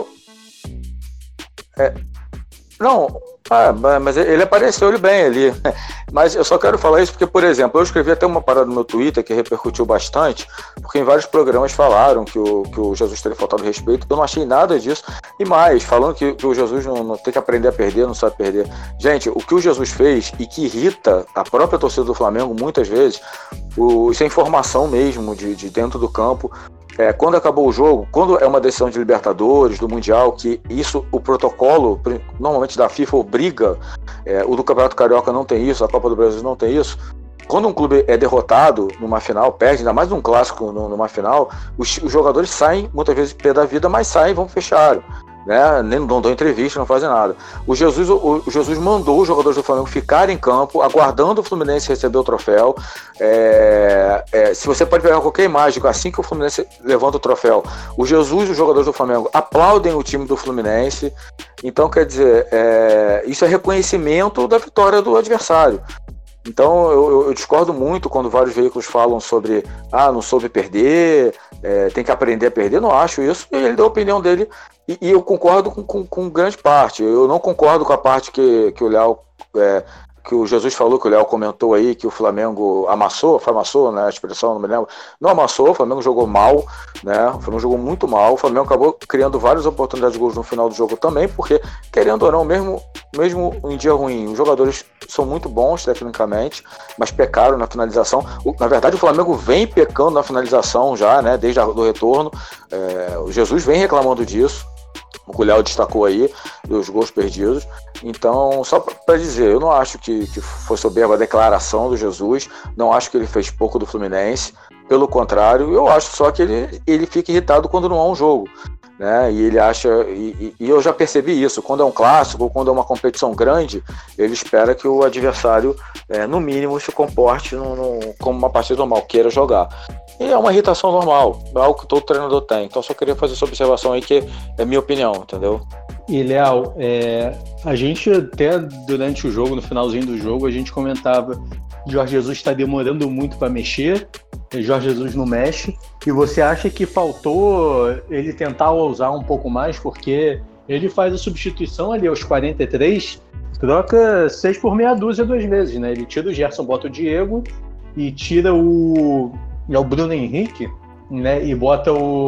mas ele apareceu bem ali. Mas eu só quero falar isso porque, por exemplo, eu escrevi até uma parada no meu Twitter que repercutiu bastante, porque em vários programas falaram que o Jesus teria faltado respeito. Eu não achei nada disso. E mais, falando que o Jesus não tem que aprender a perder, não sabe perder. Gente, o que o Jesus fez e que irrita a própria torcida do Flamengo muitas vezes, isso é informação mesmo de dentro do campo. Quando acabou o jogo, quando é uma decisão de Libertadores, do Mundial, que isso, o protocolo, normalmente da FIFA obriga, o do Campeonato Carioca não tem isso, a Copa do Brasil não tem isso. Quando um clube é derrotado numa final, perde, ainda mais num clássico numa final, os jogadores saem, muitas vezes pé da vida, mas saem e vão fechar, né? Não dão entrevista, não fazem nada. O Jesus mandou os jogadores do Flamengo ficarem em campo, aguardando o Fluminense receber o troféu. Se você pode pegar qualquer imagem, assim que o Fluminense levanta o troféu, o Jesus e os jogadores do Flamengo aplaudem o time do Fluminense. Então, quer dizer, isso é reconhecimento da vitória do adversário. Então eu discordo muito quando vários veículos falam sobre não soube perder, tem que aprender a perder. Não acho isso, e ele deu a opinião dele, e eu concordo com grande parte. Eu não concordo com a parte que o Léo, que o Jesus falou, que o Léo comentou aí, que o Flamengo amassou, né, a expressão, não me lembro. Não amassou, o Flamengo jogou mal, né, o Flamengo jogou muito mal, o Flamengo acabou criando várias oportunidades de gols no final do jogo também, porque, querendo ou não, mesmo em dia ruim, os jogadores são muito bons tecnicamente, mas pecaram na finalização. Na verdade, o Flamengo vem pecando na finalização já, né, desde o retorno. O Jesus vem reclamando disso. O Léo destacou aí dos gols perdidos. Então, só para dizer, eu não acho que foi soberba a declaração do Jesus, não acho que ele fez pouco do Fluminense, pelo contrário, eu acho só que ele fica irritado quando não há um jogo, né? E ele acha, e eu já percebi isso, quando é um clássico, quando é uma competição grande, ele espera que o adversário, no mínimo, se comporte como uma partida normal, queira jogar. E é uma irritação normal, é algo que todo treinador tem. Então só queria fazer essa observação aí, que é minha opinião, entendeu? E, Léo, a gente até durante o jogo, no finalzinho do jogo, a gente comentava que Jorge Jesus está demorando muito para mexer, Jorge Jesus não mexe, e você acha que faltou ele tentar ousar um pouco mais, porque ele faz a substituição ali aos 43, troca 6 por meia dúzia 2 vezes, né? Ele tira o Gerson, bota o Diego, e tira o Bruno Henrique, né, e bota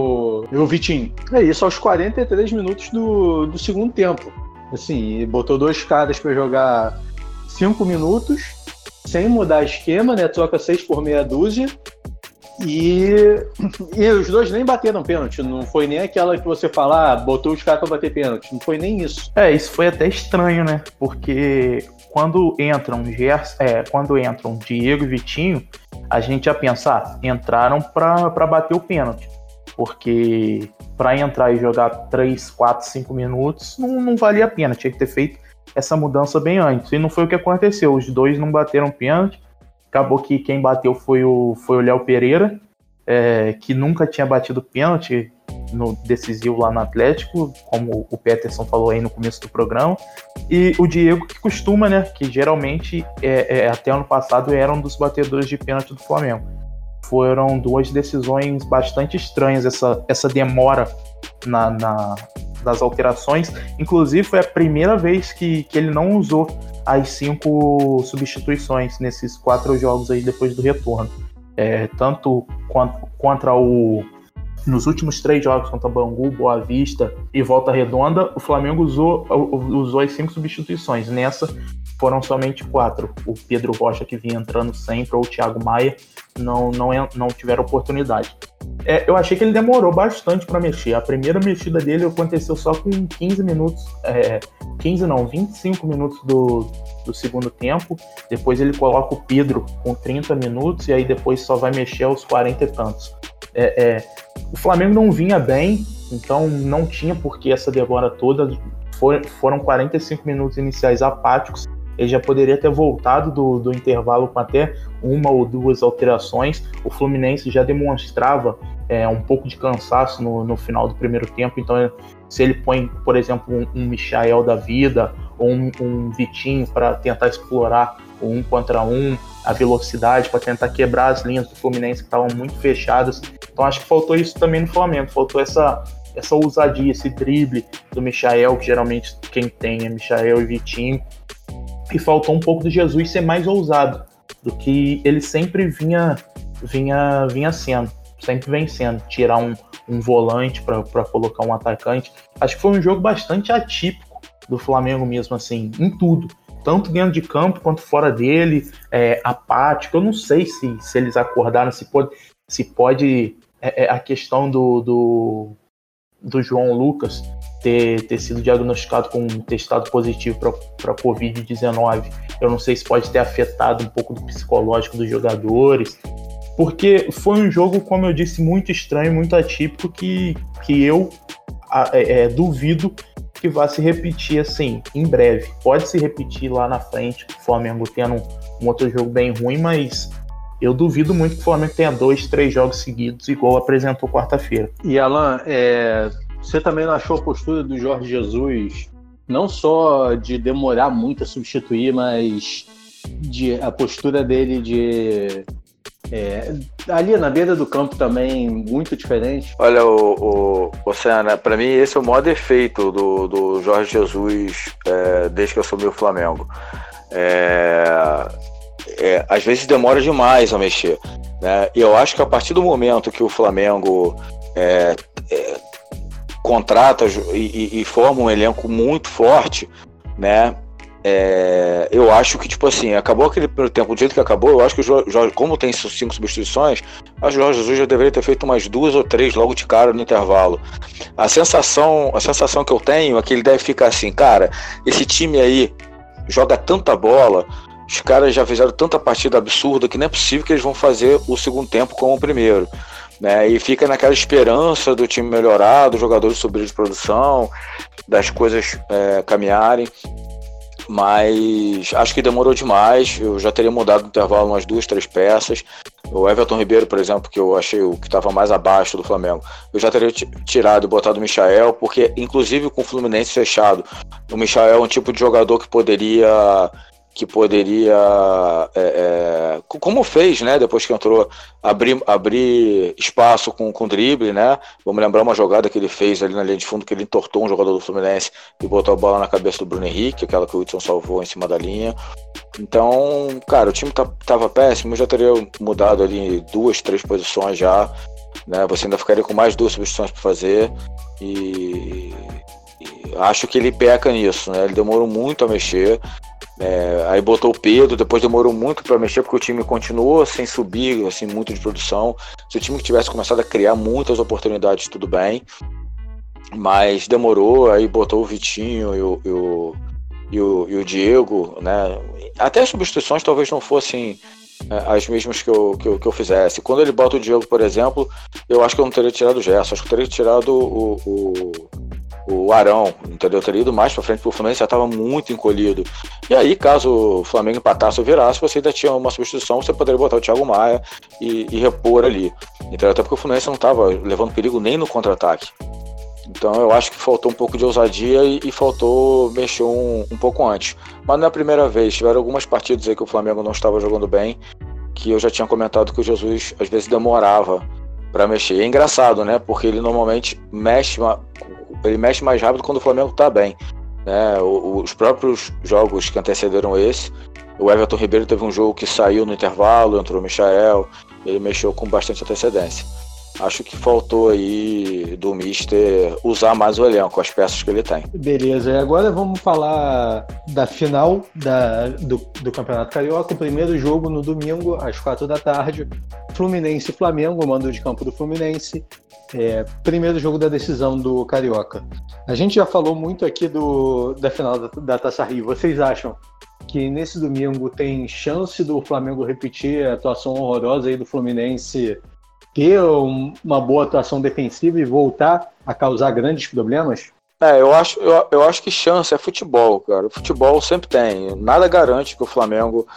o Vitinho. É isso aos 43 minutos do segundo tempo. Assim, botou 2 caras para jogar 5 minutos, sem mudar esquema, né, troca 6 por meia dúzia, E os dois nem bateram pênalti, não foi nem aquela que você fala, botou os caras pra bater pênalti, não foi nem isso. Isso foi até estranho, né? Porque quando entram Diego e Vitinho, a gente ia pensar, entraram pra bater o pênalti. Porque pra entrar e jogar 3, 4, 5 minutos não valia a pena, tinha que ter feito essa mudança bem antes. E não foi o que aconteceu, os dois não bateram pênalti. Acabou que quem bateu foi o Léo Pereira, que nunca tinha batido pênalti no decisivo lá no Atlético, como o Peterson falou aí no começo do programa. E o Diego, que costuma, né, que geralmente até ano passado era um dos batedores de pênalti do Flamengo. Foram duas decisões bastante estranhas, essa demora das alterações. Inclusive foi a primeira vez que ele não usou as 5 substituições nesses 4 jogos aí depois do retorno. Tanto nos últimos 3 jogos contra Bangu, Boa Vista e Volta Redonda, o Flamengo usou as 5 substituições. Nessa foram somente 4. O Pedro Rocha, que vinha entrando sempre, ou o Thiago Maia, não tiveram oportunidade. Eu achei que ele demorou bastante para mexer. A primeira mexida dele aconteceu só com 15 minutos, 25 minutos do segundo tempo. Depois ele coloca o Pedro com 30 minutos e aí depois só vai mexer aos 40 e tantos. O Flamengo não vinha bem, então não tinha por que essa demora toda. Foram 45 minutos iniciais apáticos. Ele já poderia ter voltado do intervalo com até 1 ou 2 alterações. O Fluminense já demonstrava um pouco de cansaço no final do primeiro tempo. Então, se ele põe, por exemplo, um Michael da vida ou um Vitinho para tentar explorar o 1 contra 1, a velocidade, para tentar quebrar as linhas do Fluminense que estavam muito fechadas. Então, acho que faltou isso também no Flamengo. Faltou essa ousadia, esse drible do Michael, que geralmente quem tem é Michael e Vitinho. E faltou um pouco do Jesus ser mais ousado do que ele sempre vinha sendo, sempre vem sendo, tirar um volante para colocar um atacante. Acho que foi um jogo bastante atípico do Flamengo mesmo, assim, em tudo, tanto dentro de campo quanto fora dele, apático. Eu não sei se eles acordaram, se pode a questão do João Lucas ter sido diagnosticado com um testado positivo para Covid-19. Eu não sei se pode ter afetado um pouco do psicológico dos jogadores, porque foi um jogo, como eu disse, muito estranho, muito atípico, que eu duvido que vá se repetir assim em breve. Pode se repetir lá na frente, o Flamengo tendo um outro jogo bem ruim, mas eu duvido muito que o Flamengo tenha 2, 3 jogos seguidos, igual apresentou quarta-feira. E Alan, você também não achou a postura do Jorge Jesus, não só de demorar muito a substituir, mas a postura dele ali na beira do campo também muito diferente? Olha, Senna, pra mim esse é o maior defeito do Jorge Jesus desde que eu assumi o Flamengo. Às vezes demora demais a mexer, né? E eu acho que a partir do momento que o Flamengo contrata e forma um elenco muito forte, né? Eu acho que, tipo assim, acabou aquele primeiro tempo, do jeito que acabou, eu acho que o Jorge, como tem 5 substituições, acho que o Jorge Jesus já deveria ter feito umas 2 ou 3 logo de cara no intervalo. A sensação que eu tenho é que ele deve ficar assim, cara, esse time aí joga tanta bola, os caras já fizeram tanta partida absurda que não é possível que eles vão fazer o segundo tempo como o primeiro, né? E fica naquela esperança do time melhorar, dos jogadores subirem de produção, das coisas caminharem. Mas acho que demorou demais. Eu já teria mudado no intervalo umas 2, 3 peças. O Everton Ribeiro, por exemplo, que eu achei o que estava mais abaixo do Flamengo, eu já teria tirado e botado o Michael, porque inclusive com o Fluminense fechado, o Michael é um tipo de jogador que poderia como fez, né, depois que entrou, abrir espaço com drible, né? Vamos lembrar uma jogada que ele fez ali na linha de fundo, que ele entortou um jogador do Fluminense e botou a bola na cabeça do Bruno Henrique, aquela que o Hudson salvou em cima da linha. Então, cara, o time tava péssimo, eu já teria mudado ali 2, 3 posições já, né? Você ainda ficaria com mais 2 substituições para fazer e acho que ele peca nisso, né? Ele demorou muito a mexer. Aí botou o Pedro, depois demorou muito para mexer, porque o time continuou sem subir assim, muito de produção. Se o time tivesse começado a criar muitas oportunidades, tudo bem, mas demorou. Aí botou o Vitinho e o Diego, né? Até as substituições talvez não fossem as mesmas que eu fizesse. Quando ele bota o Diego, por exemplo, eu acho que eu não teria tirado o Gerson, acho que eu teria tirado o Arão, entendeu? Eu teria ido mais pra frente, porque o Fluminense já estava muito encolhido. E aí, caso o Flamengo empatasse ou virasse, você ainda tinha uma substituição, você poderia botar o Thiago Maia e repor ali. Então, até porque o Fluminense não estava levando perigo nem no contra-ataque. Então eu acho que faltou um pouco de ousadia e faltou mexer um pouco antes. Mas não é a primeira vez, tiveram algumas partidas aí que o Flamengo não estava jogando bem, que eu já tinha comentado que o Jesus às vezes demorava para mexer. É engraçado, né? Porque ele normalmente mexe mais rápido quando o Flamengo está bem, né? Os próprios jogos que antecederam esse, o Everton Ribeiro teve um jogo que saiu no intervalo, entrou o Michael, ele mexeu com bastante antecedência. Acho que faltou aí do Mister usar mais o elenco, as peças que ele tem. Beleza, e agora vamos falar da final do Campeonato Carioca. O primeiro jogo no domingo, às 4 da tarde. Fluminense e Flamengo, mando de campo do Fluminense. Primeiro jogo da decisão do Carioca. A gente já falou muito aqui da final da Taça Rio. Vocês acham que nesse domingo tem chance do Flamengo repetir a atuação horrorosa aí do Fluminense, ter uma boa atuação defensiva e voltar a causar grandes problemas? Eu acho que chance é futebol, cara. O futebol sempre tem. Nada garante que o Flamengo,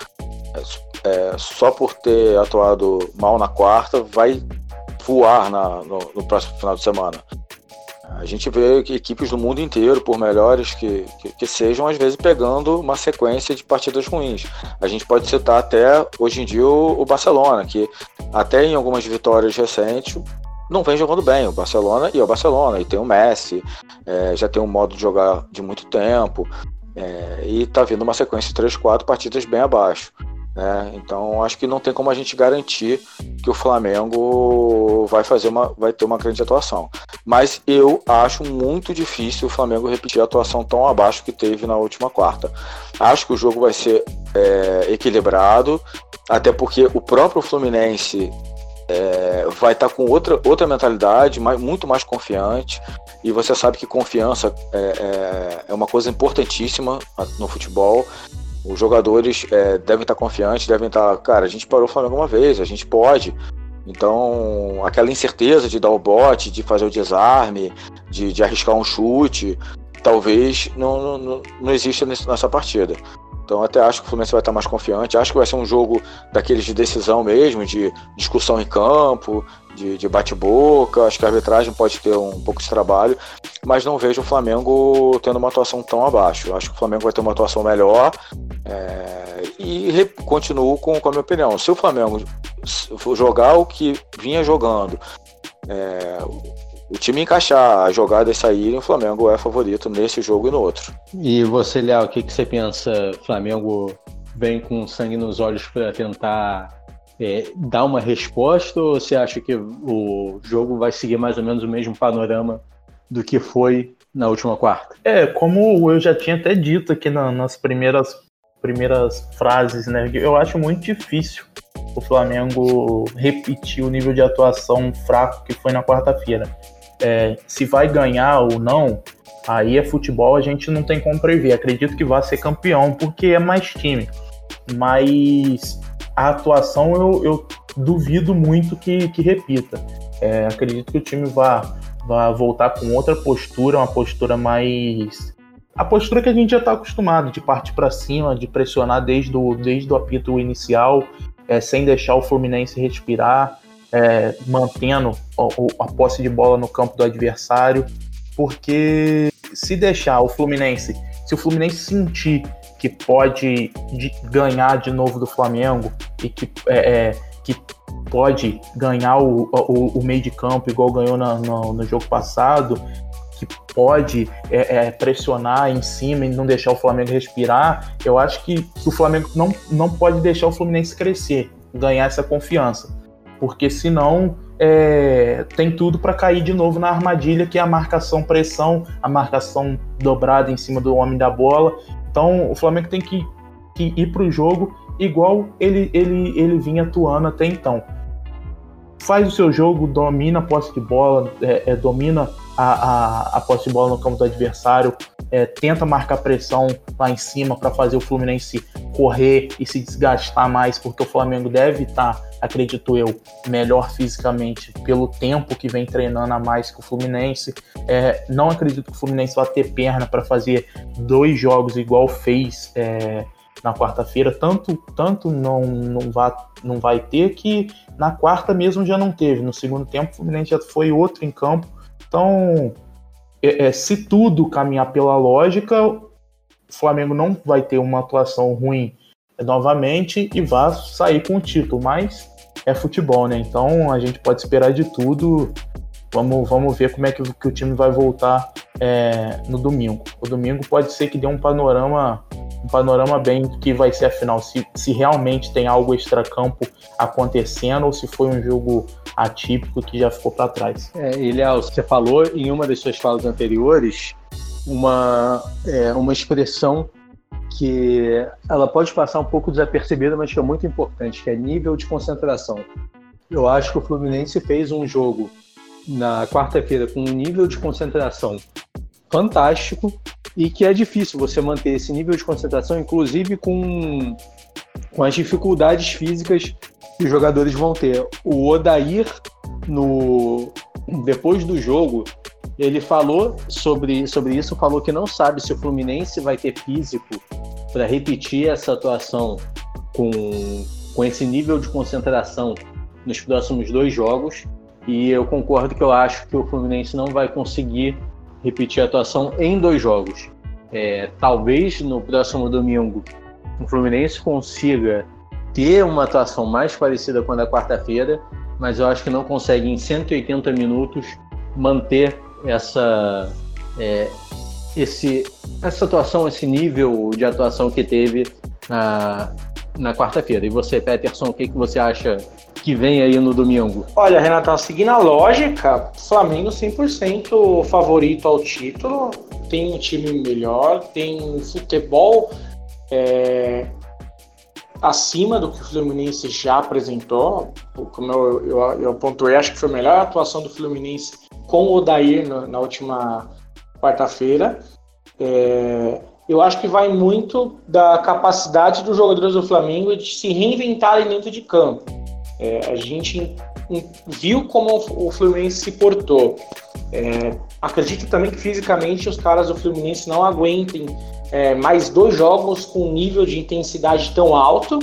só por ter atuado mal na quarta, vai voar no próximo final de semana. A gente vê que equipes do mundo inteiro, por melhores que sejam, às vezes pegando uma sequência de partidas ruins. A gente pode citar até, hoje em dia, o Barcelona, que até em algumas vitórias recentes não vem jogando bem. O Barcelona e tem o Messi, já tem um modo de jogar de muito tempo, e tá vindo uma sequência de 3-4 partidas bem abaixo. Então acho que não tem como a gente garantir que o Flamengo vai ter uma grande atuação, mas eu acho muito difícil o Flamengo repetir a atuação tão abaixo que teve na última quarta. Acho que o jogo vai ser equilibrado, até porque o próprio Fluminense vai estar com outra mentalidade, muito mais confiante, e você sabe que confiança é uma coisa importantíssima no futebol. Os jogadores devem estar confiantes, devem estar... Cara, a gente parou o Flamengo uma vez, a gente pode. Então, aquela incerteza de dar o bote, de fazer o desarme, de arriscar um chute, talvez não exista nessa partida. Então, até acho que o Fluminense vai estar mais confiante. Acho que vai ser um jogo daqueles de decisão mesmo, de discussão em campo, de bate-boca. Acho que a arbitragem pode ter um pouco de trabalho, mas não vejo o Flamengo tendo uma atuação tão abaixo. Acho que o Flamengo vai ter uma atuação melhor, e continuo com a minha opinião. Se o Flamengo jogar o que vinha jogando, o time encaixar, as jogadas saírem, o Flamengo é favorito nesse jogo e no outro. E você, Léo, o que você pensa? O Flamengo vem com sangue nos olhos para tentar dar uma resposta, ou você acha que o jogo vai seguir mais ou menos o mesmo panorama do que foi na última quarta? Como eu já tinha até dito aqui nas primeiras frases, né? Eu acho muito difícil o Flamengo repetir o nível de atuação fraco que foi na quarta-feira. Se vai ganhar ou não, aí é futebol, a gente não tem como prever. Acredito que vai ser campeão, porque é mais time. Mas a atuação eu duvido muito que repita. Acredito que o time vai voltar com outra postura, uma postura mais... A postura que a gente já está acostumado, de partir para cima, de pressionar desde o apito inicial, sem deixar o Fluminense respirar, mantendo a posse de bola no campo do adversário, porque se o Fluminense sentir que pode ganhar de novo do Flamengo e que pode ganhar o meio de campo igual ganhou no jogo passado, que pode pressionar em cima e não deixar o Flamengo respirar, eu acho que o Flamengo não pode deixar o Fluminense crescer, ganhar essa confiança, porque senão tem tudo para cair de novo na armadilha, que é a marcação-pressão, a marcação dobrada em cima do homem da bola. Então o Flamengo tem que que ir para o jogo igual ele vinha atuando até então. Faz o seu jogo, domina a posse de bola, domina a posse de bola no campo do adversário, tenta marcar pressão lá em cima para fazer o Fluminense correr e se desgastar mais, porque o Flamengo deve estar, acredito eu, melhor fisicamente pelo tempo que vem treinando a mais que o Fluminense. Não acredito que o Fluminense vá ter perna para fazer 2 jogos igual fez na quarta-feira, tanto não vai ter, que na quarta mesmo já não teve. No segundo tempo o Fluminense já foi outro em campo. Então, se tudo caminhar pela lógica, o Flamengo não vai ter uma atuação ruim novamente e vai sair com o título, mas é futebol, né? Então a gente pode esperar de tudo. Vamos ver como é que o time vai voltar no domingo. O domingo pode ser que dê um panorama bem do que vai ser a final, se realmente tem algo extracampo acontecendo ou se foi um jogo atípico que já ficou para trás. E Léo, você falou em uma das suas falas anteriores uma expressão que ela pode passar um pouco desapercebida, mas que é muito importante, que é nível de concentração. Eu acho que o Fluminense fez um jogo na quarta-feira com um nível de concentração fantástico e que é difícil você manter esse nível de concentração, inclusive com as dificuldades físicas que os jogadores vão ter. O Odair, depois do jogo, ele falou sobre isso, falou que não sabe se o Fluminense vai ter físico para repetir essa atuação com esse nível de concentração nos próximos 2 jogos, e eu concordo que eu acho que o Fluminense não vai conseguir repetir a atuação em 2 jogos. Talvez no próximo domingo o Fluminense consiga ter uma atuação mais parecida com a da quarta-feira, mas eu acho que não consegue em 180 minutos manter essa atuação, esse nível de atuação que teve na quarta-feira. E você, Peterson, o que você acha que vem aí no domingo? Olha, Renato, seguindo a lógica, Flamengo 100% favorito ao título, tem um time melhor, tem um futebol acima do que o Fluminense já apresentou. Como eu pontuei, acho que foi a melhor atuação do Fluminense com o Odair na última quarta-feira. Eu acho que vai muito da capacidade dos jogadores do Flamengo de se reinventarem dentro de campo. A gente viu como o Fluminense se portou. Acredito também que fisicamente os caras do Fluminense não aguentem mais 2 jogos com um nível de intensidade tão alto.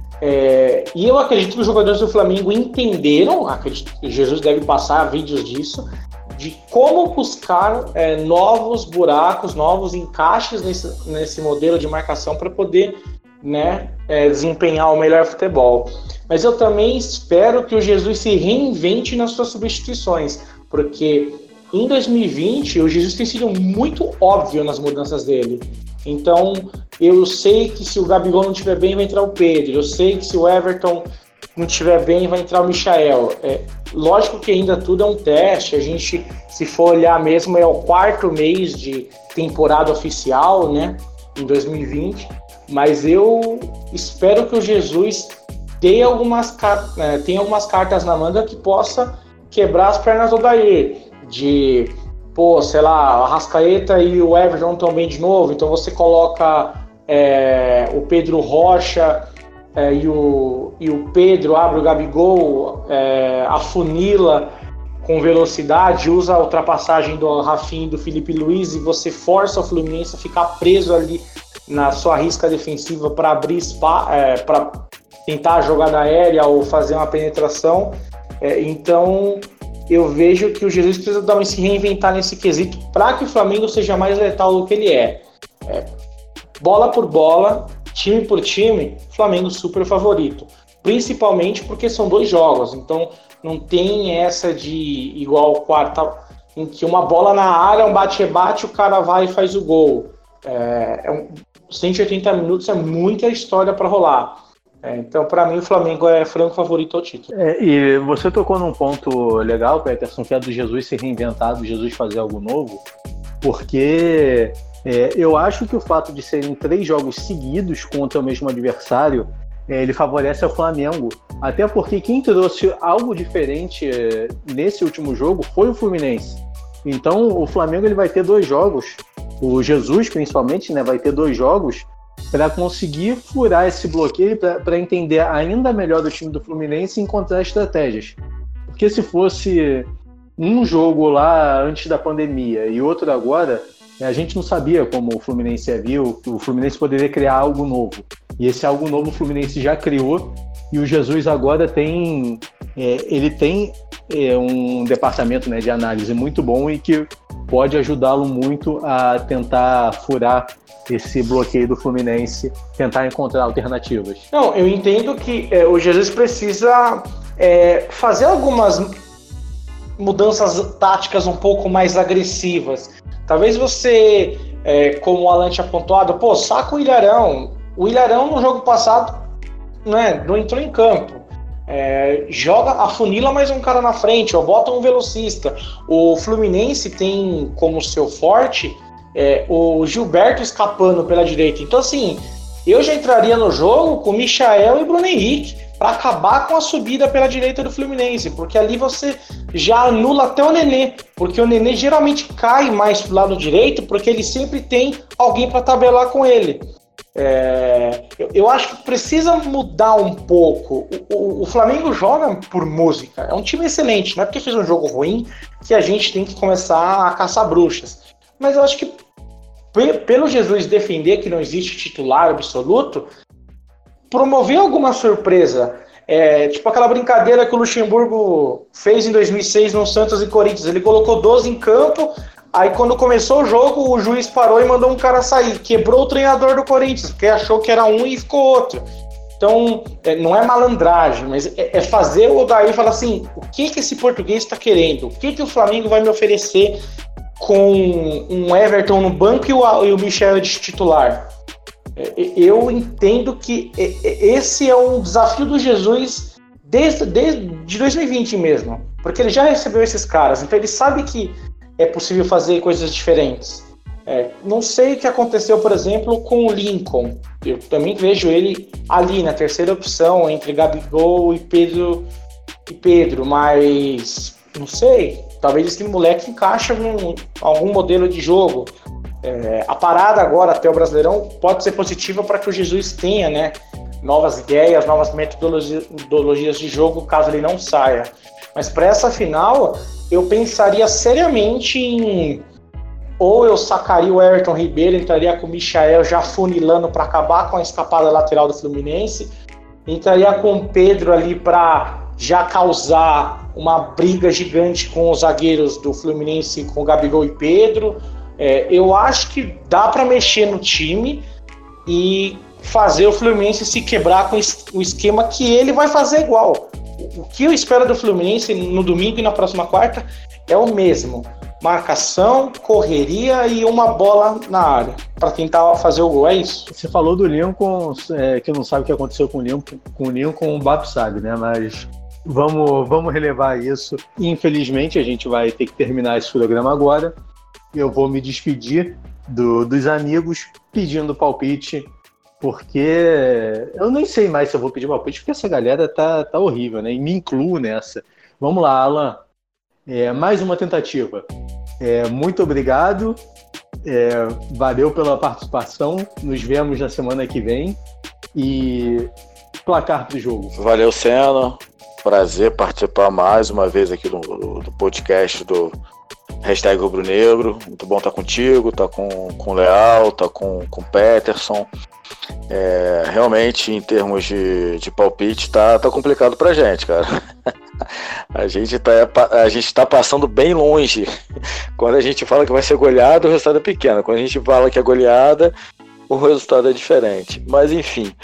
E eu acredito que os jogadores do Flamengo entenderam, acredito que Jesus deve passar vídeos disso, de como buscar novos buracos, novos encaixes nesse modelo de marcação para poder desempenhar o melhor futebol. Mas eu também espero que o Jesus se reinvente nas suas substituições, porque em 2020 o Jesus tem sido muito óbvio nas mudanças dele. Então eu sei que se o Gabigol não estiver bem vai entrar o Pedro, eu sei que se o Everton não estiver bem vai entrar o Michael. Lógico que ainda tudo é um teste, a gente, se for olhar mesmo, é o 4º mês de temporada oficial, né, em 2020, mas eu espero que o Jesus tenha algumas cartas na manga que possa quebrar as pernas do Odair, de, sei lá, a Arrascaeta e o Everton estão bem de novo, então você coloca o Pedro Rocha e o Pedro, abre o Gabigol, afunila com velocidade, usa a ultrapassagem do Rafinha e do Felipe Luiz e você força o Fluminense a ficar preso ali na sua risca defensiva para abrir para tentar a jogada aérea ou fazer uma penetração. Então eu vejo que o Jesus precisa se reinventar nesse quesito para que o Flamengo seja mais letal do que ele é. Bola por bola, time por time, Flamengo super favorito. Principalmente porque são 2 jogos, então não tem essa de igual quarta, em que uma bola na área, um bate-rebate, o cara vai e faz o gol. 180 minutos é muita história para rolar. Então, para mim, o Flamengo é franco favorito ao título. E você tocou num ponto legal, Peterson, que é do Jesus se reinventar, do Jesus fazer algo novo, porque Eu acho que o fato de serem 3 jogos seguidos contra o mesmo adversário, ele favorece o Flamengo. Até porque quem trouxe algo diferente nesse último jogo foi o Fluminense. Então o Flamengo ele vai ter 2 jogos, o Jesus principalmente, né, vai ter 2 jogos para conseguir furar esse bloqueio, para entender ainda melhor o time do Fluminense e encontrar estratégias. Porque se fosse um jogo lá antes da pandemia e outro agora, a gente não sabia como o Fluminense ia vir, o Fluminense poderia criar algo novo. E esse algo novo o Fluminense já criou, e o Jesus agora tem um departamento, né, de análise muito bom e que pode ajudá-lo muito a tentar furar esse bloqueio do Fluminense, tentar encontrar alternativas. Não, eu entendo que o Jesus precisa fazer algumas mudanças táticas um pouco mais agressivas. Talvez você, como o Alan tinha pontuado, saca o Ilharão. O Ilharão no jogo passado, né, não entrou em campo. Afunila mais um cara na frente, ou bota um velocista. O Fluminense tem como seu forte o Gilberto escapando pela direita. Então, assim, eu já entraria no jogo com o Michael e o Bruno Henrique para acabar com a subida pela direita do Fluminense, porque ali você já anula até o Nenê, porque o Nenê geralmente cai mais pro lado direito, porque ele sempre tem alguém para tabelar com ele. Eu acho que precisa mudar um pouco. O Flamengo joga por música, é um time excelente, não é porque fez um jogo ruim que a gente tem que começar a caçar bruxas. Mas eu acho que pelo Jesus defender que não existe titular absoluto, promover alguma surpresa, tipo aquela brincadeira que o Luxemburgo fez em 2006 no Santos e Corinthians. Ele colocou 12 em campo, aí quando começou o jogo o juiz parou e mandou um cara sair, quebrou o treinador do Corinthians, porque achou que era um e ficou outro. Então não é malandragem, mas é fazer o Odair falar assim, o que esse português está querendo, o que o Flamengo vai me oferecer com um Everton no banco e o Michel de titular. Eu entendo que esse é um desafio do Jesus desde 2020 mesmo, porque ele já recebeu esses caras, então ele sabe que é possível fazer coisas diferentes. Não sei o que aconteceu, por exemplo, com o Lincoln. Eu também vejo ele ali na terceira opção entre Gabigol e Pedro, mas não sei, talvez esse moleque encaixe em algum modelo de jogo. A parada agora até o Brasileirão pode ser positiva para que o Jesus tenha, né, novas ideias, novas metodologias de jogo, caso ele não saia. Mas para essa final, eu pensaria seriamente em ou eu sacaria o Everton Ribeiro, entraria com o Michael já funilando para acabar com a escapada lateral do Fluminense, entraria com o Pedro ali para já causar uma briga gigante com os zagueiros do Fluminense, com o Gabigol e Pedro. Eu acho que dá para mexer no time e fazer o Fluminense se quebrar com o esquema que ele vai fazer igual. O que eu espero do Fluminense no domingo e na próxima quarta é o mesmo. Marcação, correria e uma bola na área para tentar fazer o gol, é isso? Você falou do Lincoln, que não sabe o que aconteceu com o Lincoln, o BAP sabe, né? Mas vamos relevar isso. Infelizmente a gente vai ter que terminar esse programa agora. Eu vou me despedir dos amigos pedindo palpite, porque eu nem sei mais se eu vou pedir palpite, porque essa galera tá horrível, né? E me incluo nessa. Vamos lá, Alan. Mais uma tentativa. Muito obrigado. Valeu pela participação. Nos vemos na semana que vem. E placar pro jogo. Valeu, Senna. Prazer participar mais uma vez aqui do podcast do Hashtag Rubro Negro. Muito bom estar contigo, estar com o Leal, estar com o Peterson. Realmente, em termos de palpite, tá complicado pra gente, cara. A gente tá passando bem longe. Quando a gente fala que vai ser goleada, o resultado é pequeno. Quando a gente fala que é goleada, o resultado é diferente. Mas enfim,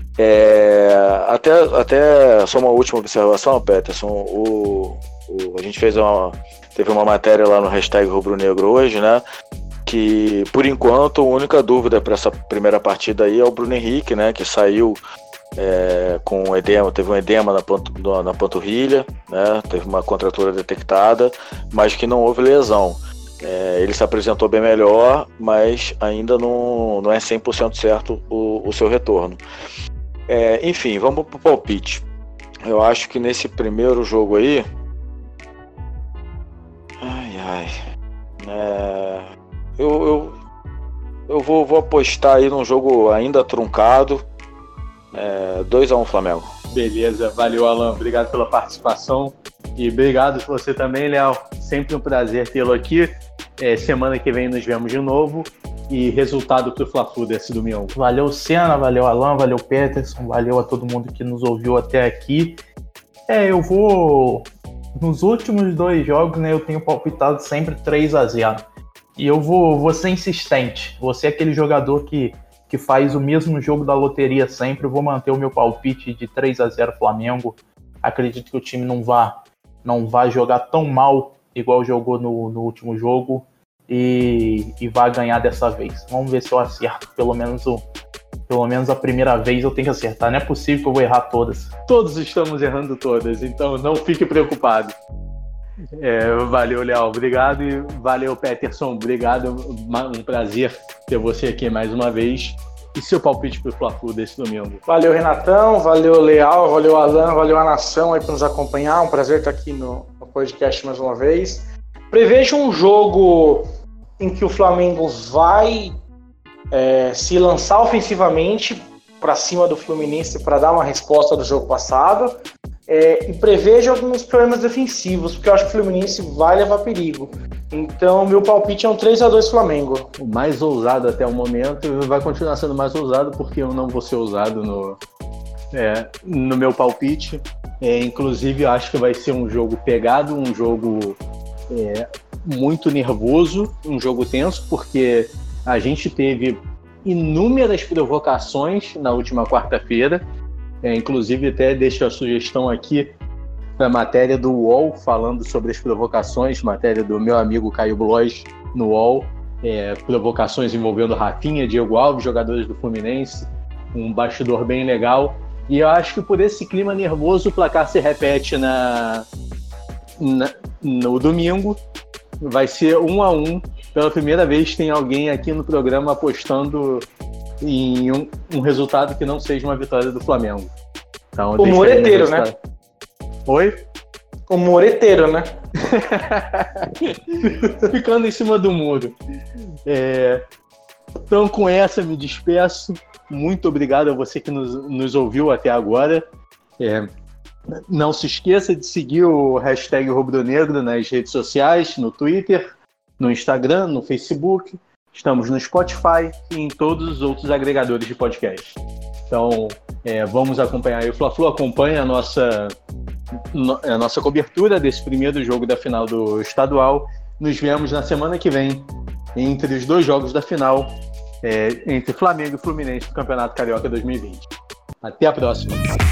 até só uma última observação, Peterson. A gente teve uma matéria lá no Hashtag Rubro Negro hoje, né? Que por enquanto a única dúvida para essa primeira partida aí é o Bruno Henrique, né? Que saiu com edema, teve um edema na panturrilha, né? Teve uma contratura detectada, mas que não houve lesão. Ele se apresentou bem melhor, mas ainda não é 100% certo o seu retorno. Enfim, vamos pro palpite. Eu acho que nesse primeiro jogo aí... Eu vou apostar aí num jogo ainda truncado. 2-1 Flamengo. Beleza, valeu, Alan. Obrigado pela participação. E obrigado você também, Léo. Sempre um prazer tê-lo aqui. Semana que vem nos vemos de novo. E resultado pro Fla-Flu desse domingo. Valeu, Senna, valeu, Alan, valeu, Peterson, valeu a todo mundo que nos ouviu até aqui. Eu vou... Nos últimos 2 jogos, né, eu tenho palpitado sempre 3-0. E eu vou ser insistente. Vou ser aquele jogador que faz o mesmo jogo da loteria sempre. Eu vou manter o meu palpite de 3-0 Flamengo. Acredito que o time não vá jogar tão mal igual jogou no último jogo. E vai ganhar dessa vez. Vamos ver se eu acerto. Pelo menos a primeira vez eu tenho que acertar. Não é possível que eu vou errar todas. Todos estamos errando todas, então não fique preocupado. Valeu, Léo. Obrigado. E valeu, Peterson. Obrigado. Um prazer ter você aqui mais uma vez. E seu palpite pro Fla-Flu desse domingo? Valeu, Renatão. Valeu, Leal. Valeu, Alan. Valeu a nação aí por nos acompanhar. Um prazer estar aqui no podcast mais uma vez. Prevejo um jogo em que o Flamengo vai se lançar ofensivamente para cima do Fluminense para dar uma resposta do jogo passado, e prevejo alguns problemas defensivos, porque eu acho que o Fluminense vai levar perigo. Então, meu palpite é um 3-2 Flamengo. O mais ousado até o momento, vai continuar sendo mais ousado, porque eu não vou ser ousado no meu palpite. Inclusive, eu acho que vai ser um jogo pegado, um jogo muito nervoso, um jogo tenso, porque a gente teve inúmeras provocações na última quarta-feira. Inclusive, até deixo a sugestão aqui para a matéria do UOL falando sobre as provocações, matéria do meu amigo Caio Blois no UOL, provocações envolvendo Rafinha, Diego Alves, jogadores do Fluminense, um bastidor bem legal. E eu acho que por esse clima nervoso o placar se repete no domingo. Vai ser 1-1. Pela primeira vez tem alguém aqui no programa apostando em um resultado que não seja uma vitória do Flamengo. Então, o moreteiro, né? Oi? O moreteiro, né? Ficando em cima do muro. Então, com essa, me despeço. Muito obrigado a você que nos ouviu até agora. Não se esqueça de seguir o hashtag Rubro-Negro nas redes sociais, no Twitter, no Instagram, no Facebook. Estamos no Spotify e em todos os outros agregadores de podcast. Então, vamos acompanhar aí o Fla-Flu. Acompanha a nossa cobertura desse primeiro jogo da final do estadual. Nos vemos na semana que vem, entre os 2 jogos da final, entre Flamengo e Fluminense do Campeonato Carioca 2020. Até a próxima!